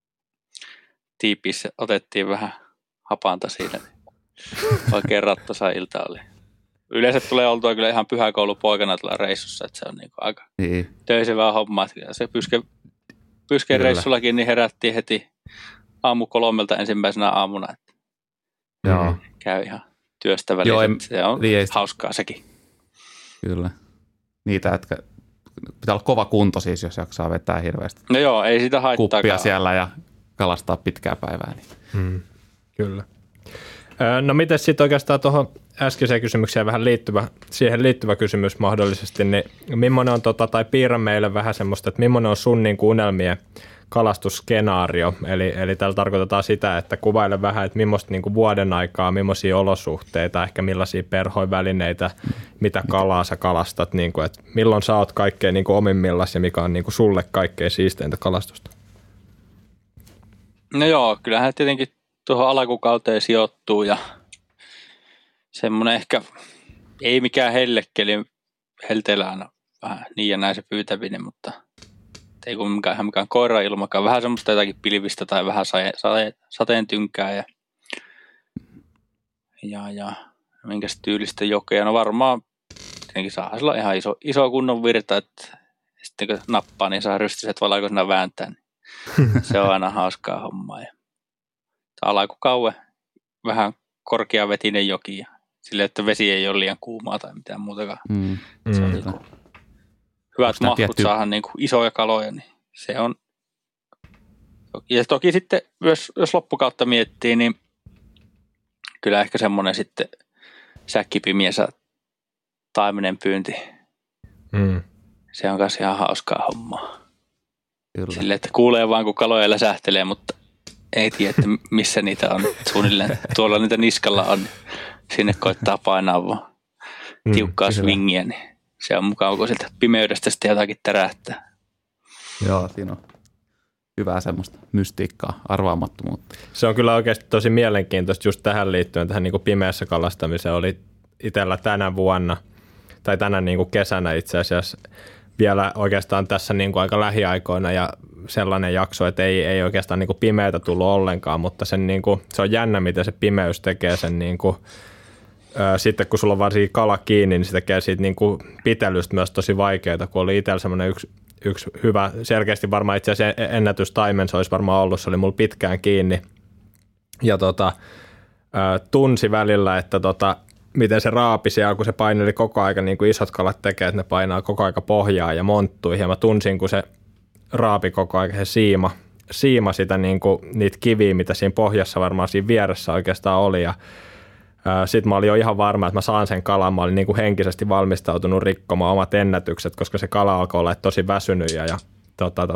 tiipiissä otettiin vähän hapanta siinä. Oikein rattosa ilta oli. Yleensä tulee oltua kyllä ihan pyhäkoulupoikana tuolla reissussa, että se on niin aika niin. töisevää hommaa. Se pyske, pyskeen reissullakin niin herättiin heti aamu kolmelta ensimmäisenä aamuna. Että Joo. Käy ihan työstä väliin. Joo, se on niin hauskaa sekin. Kyllä. Niitä, jotka pitää olla kova kunto siis, jos jaksaa vetää hirveästi. No joo, ei sitä haittaakaan. Kuppia siellä ja kalastaa pitkää päivää. Niin. Mm, kyllä. No miten sitten oikeastaan tuohon äskeiseen kysymykseen vähän liittyvä, siihen liittyvä kysymys mahdollisesti, niin millainen on, tota, tai piirrä meille vähän semmoista, että millainen on sun niin kuin unelmien kalastusskenaario, eli, eli tällä tarkoitetaan sitä, että kuvaile vähän, että millaista niin kuin vuoden aikaa, millaisia olosuhteita, ehkä millaisia perhoivälineitä, mitä kalaa sä kalastat, niin kuin, että milloin sä oot kaikkein niin kuin omimmillas ja mikä on niin kuin sulle kaikkein siisteintä kalastusta? No joo, kyllähän tietenkin tuohon alkukauteen sijoittuu ja semmoinen ehkä ei mikään hellekkeli, helteellä aina vähän niin ja näin se pyytäminen, mutta ei kun mikään, ihan mikään koirailmakaan, vähän semmoista jotakin pilvistä tai vähän sate, sate, sateen tynkää ja, ja, ja minkäs tyylistä jokea. No varmaan tietenkin saa sillä ihan iso, iso kunnon virta, että sitten kun nappaa, niin saa rystyset valaikoisena vääntää. Niin se on aina hauskaa hommaa. Ja alakukauve, vähän korkeavetinen joki ja sille, että vesi ei ole liian kuumaa tai mitään muutakaan. Mm. Se on mm. niin hyvät mahkut tietty... saadaan niin isoja kaloja, niin se on. Ja toki sitten myös, jos loppukautta miettii, niin kyllä ehkä semmoinen sitten säkkipimiensä taimenen pyynti. Mm. Se on myös ihan hauskaa hommaa. Kyllä. Sille, että kuulee vaan, kun kaloja läsähtelee, mutta ei tiedä, että missä niitä on. Suunnilleen tuolla niitä niskalla on. Sinne koittaa painaa vaan tiukkaa mm, swingiä, niin se on mukava, kun sieltä pimeydestä sitten jotakin tärähtää. Joo, siinä on hyvää semmoista mystiikkaa, arvaamattomuutta. Se on kyllä oikeasti tosi mielenkiintoista just tähän liittyen, tähän niin kuin pimeässä kalastamiseen oli itsellä tänä vuonna, tai tänä niin kuin kesänä itse asiassa vielä oikeastaan tässä niin kuin aika lähiaikoina ja sellainen jakso, että ei, ei oikeastaan niin kuin pimeätä tullut ollenkaan, mutta sen niin kuin, se on jännä, miten se pimeys tekee sen niin kuin, ää, sitten kun sulla on varsinkin kala kiinni, niin se tekee siitä niin kuin pitelystä myös tosi vaikeaa, kun oli itsellä semmoinen yksi, yksi hyvä, selkeästi varmaan itse asiassa ennätystaimen se olisi varmaan ollut, se oli mulla pitkään kiinni ja tota, ää, tunsi välillä, että tota, miten se raapi siellä, kun se paineli koko aika, niin kuin isot kalat tekee, että ne painaa koko aika pohjaa ja monttuihin. Ja mä tunsin, kun se raapi koko aika se siima, siima sitä, niin kuin, niitä kiviä, mitä siinä pohjassa varmaan siinä vieressä oikeastaan oli. Ja sitten mä olin jo ihan varma, että mä saan sen kalan. Mä olin niin kuin henkisesti valmistautunut rikkomaan omat ennätykset, koska se kala alkoi olla tosi väsynyt. Ja, ja tota, tota,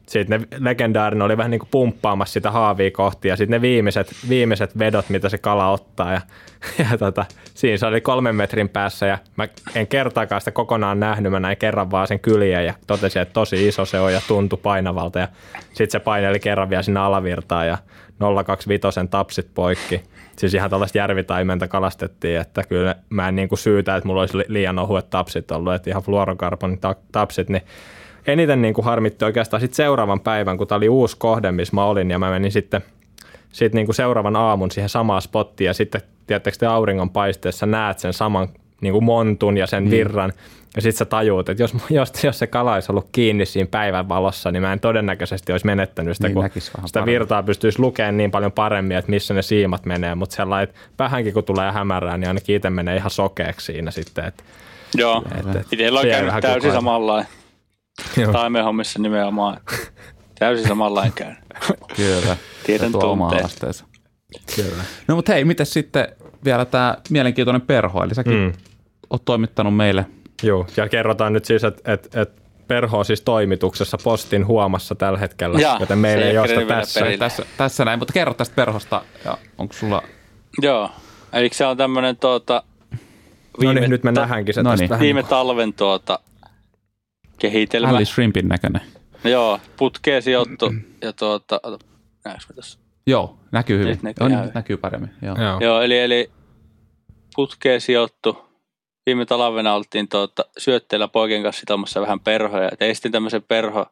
sitten ne legendaarinen oli vähän niin kuin pumppaamassa sitä haavia kohti ja sitten ne viimeiset, viimeiset vedot, mitä se kala ottaa ja, ja tota, siinä se oli kolmen metrin päässä ja mä en kertaakaan sitä kokonaan nähnyt, mä näin kerran vaan sen kyljeen ja totesin, että tosi iso se on ja tuntui painavalta ja sitten se paineli kerran vielä sinne alavirtaan ja nolla kaksikymmentäviisi tapsit poikki. Siis ihan tällaista järvitaimenta kalastettiin, että kyllä mä en niin kuin syytä, että mulla olisi liian ohuet tapsit ollut, että ihan fluorokarbonin tapsit, niin eniten niin kuin harmitti oikeastaan sit seuraavan päivän, kun tämä oli uusi kohde, missä mä olin, ja mä menin sitten sit niin kuin seuraavan aamun siihen samaan spottiin, ja sitten tiedättekö te auringon paisteessa näet sen saman niin kuin montun ja sen virran, mm. ja sitten sä tajuut, että jos, jos, jos se kala olisi ollut kiinni siinä päivän valossa, niin mä en todennäköisesti olisi menettänyt sitä, niin kun sitä paremmin. Virtaa pystyisi lukemaan niin paljon paremmin, että missä ne siimat menee, mutta sellainen, että vähänkin kun tulee hämärään, niin ainakin itse menee ihan sokeaksi siinä sitten. Että, joo, itsellä on käynyt täysin samanlainen. Taimenhommissa nimenomaan. Täysin samanlainen käynyt. Kyllä. Tiedän tunteen. Kyllä. No mutta hei, miten sitten vielä tämä mielenkiintoinen perho, eli säkin mm. oot toimittanut meille. Joo, ja kerrotaan nyt siis, että et, et perho on siis toimituksessa Postin huomassa tällä hetkellä, ja, joten meillä ei ole sitä tässä. tässä. Tässä näin, mutta kerro tästä perhosta, ja onko sulla... Joo, eli se on tämmöinen tuota... No niin, nyt me ta- nähdäänkin se tästä. Viime talven tuota kehitelmä. Alice Shrimpin näköinen. No joo, putkeen sijoittu, ja tuota... Näetkö me tässä? Joo, näkyy hyvin. Nyt näkyy, on, nyt näkyy paremmin. Joo, joo. joo eli, eli putkeen sijoittu. Viime talvena oltiin tuota, syötteellä poikien kanssa sitomassa vähän perhoja. Teistin tämmöisen perho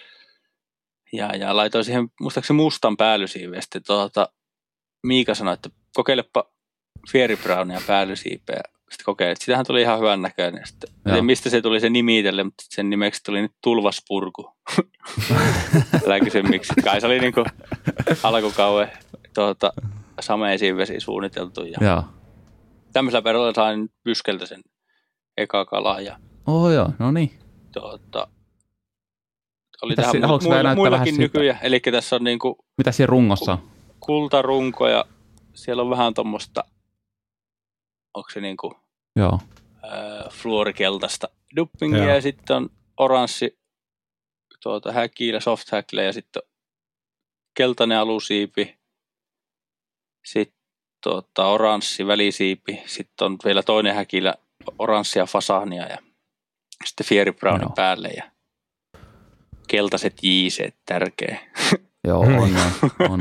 ja, ja laitoin siihen muistaakseni mustan päällysiiveä. Sitten tuota, Miika sanoi, että kokeilepa Fairy Brownia päällysiipeä. Sitten kokeilin. Sitähän tuli ihan hyvän näköinen. Sitten, mistä se tuli se nimi itselle, mutta sen nimeksi tuli nyt tulvaspurku. Älä kysy miksi. Kai se oli niin kuin alkukauden tuota, sameisiin vesi suunniteltu. Ja joo. Tämmöisellä perholla sain Byskeltä sen eka kalaa. Ja oh joo, no niin. Tuota, oli tähän mu- mu- muillakin nykyjä. Eli tässä on niinku... Mitä siellä rungossa on? Kultarunko ja siellä on vähän tommoista, onko se niinku... Joo. Äh, fluorikeltaista duppingia ja sitten on oranssi tuota, häkillä, soft häkillä ja sitten keltainen alusiipi. Sitten tuota, oranssi välisiipi. Sitten on vielä toinen häkillä oranssia fasahnia ja sitten Fairy Brownin joo. päälle ja keltaiset jiiseet tärkeä. Joo, on on. on, on.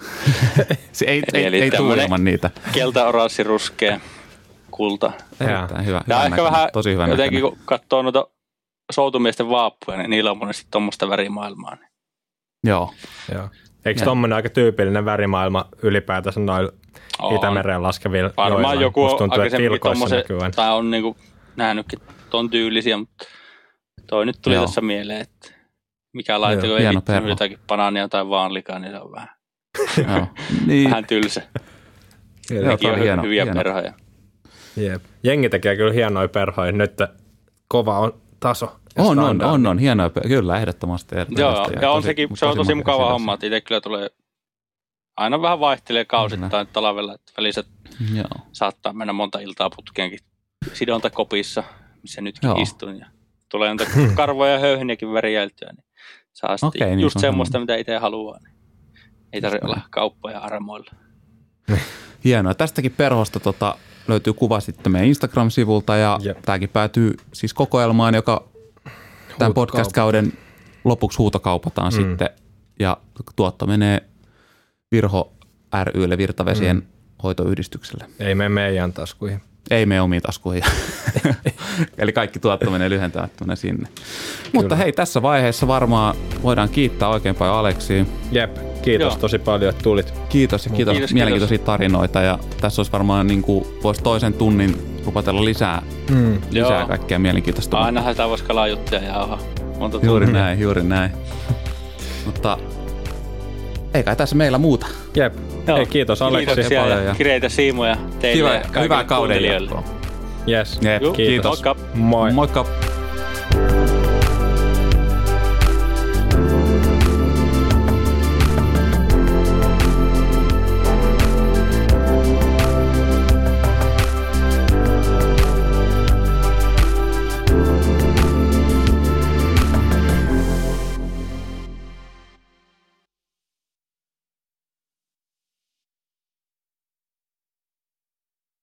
Se ei, eli, ei, eli ei tule ilman niitä. Kelta, oranssi, ruskea, kulta. Erittäin hyvä. Ja hyvä ehkä vähän tosi hyvä jotenkin näköinen. Kun katsoo noita soutumiesten vaappuja, niin niillä on monesti tuommoista värimaailmaa. Niin. Joo. Joo. Eikö tuommoinen aika tyypillinen värimaailma ylipäätänsä noilla Itämereen laskevilla joilla? Varmaan joku on aikaisemminkin tuommoisen, tai on niinku nähnytkin ton tyylisiä, mutta toi nyt tuli tässä mieleen, että mikä laite, kun ei hittinyt jotakin banaania tai vaanlikaa, niin se on vähän, niin. vähän tylsä. Nekin on hieno, hyviä hieno. perhoja. Jep. Jengi tekee kyllä hienoja perhoja. Nyt kova on taso. On, on, on, on. Hienoja perhoja. Kyllä, ehdottomasti. Joo, ja, ja on tosi, sekin, se on tosi mukava homma. Itse kyllä tulee, aina vähän vaihtelee kausittain talvella, että välissä joo. saattaa mennä monta iltaa putkeenkin sidontakopissa, missä nytkin joo. istun. Ja tulee jonta karvoja ja höyheniäkin värijältyä, niin saa sitten okay, just niin semmoista, mitä itse haluaa. Niin ei tarvitse olla kauppoja armoilla. Hienoa. Tästäkin perhosta tota, löytyy kuva sitten meidän Instagram-sivulta ja yep. tämäkin päätyy siis kokoelmaan, joka tämän podcast-kauden lopuksi huutokaupataan mm. sitten ja tuotto menee Virho ry:lle, Virtavesien mm. hoitoyhdistykselle. Ei mene meidän taskuihin. Ei mene omiin taskuihin. Eli kaikki tuotto menee lyhentämättynä sinne. Kyllä. Mutta hei, tässä vaiheessa varmaan voidaan kiittää oikein paljon Aleksia. Jep, kiitos Joo. tosi paljon, että tulit. Kiitos ja kiitos, kiitos mielenkiintoisia kiitos. tarinoita. Ja tässä olisi varmaan niin kuin, voisi toisen tunnin rupatella lisää, mm. lisää Joo. kaikkea mielenkiintoista. Ainahan sitä voisi kalaa juttuja jauhaa. Monta juuri tunnia. näin, juuri näin. Mutta ei kai tässä meillä muuta. Jep. Joo. Hei, kiitos Aleksi. Kiitoksia ja, ja kireitä siimoja teille Hyvä, ja hyvää kauden jatkoa. Yes. Jep, kiitos. Moikka. Moi. Moikka.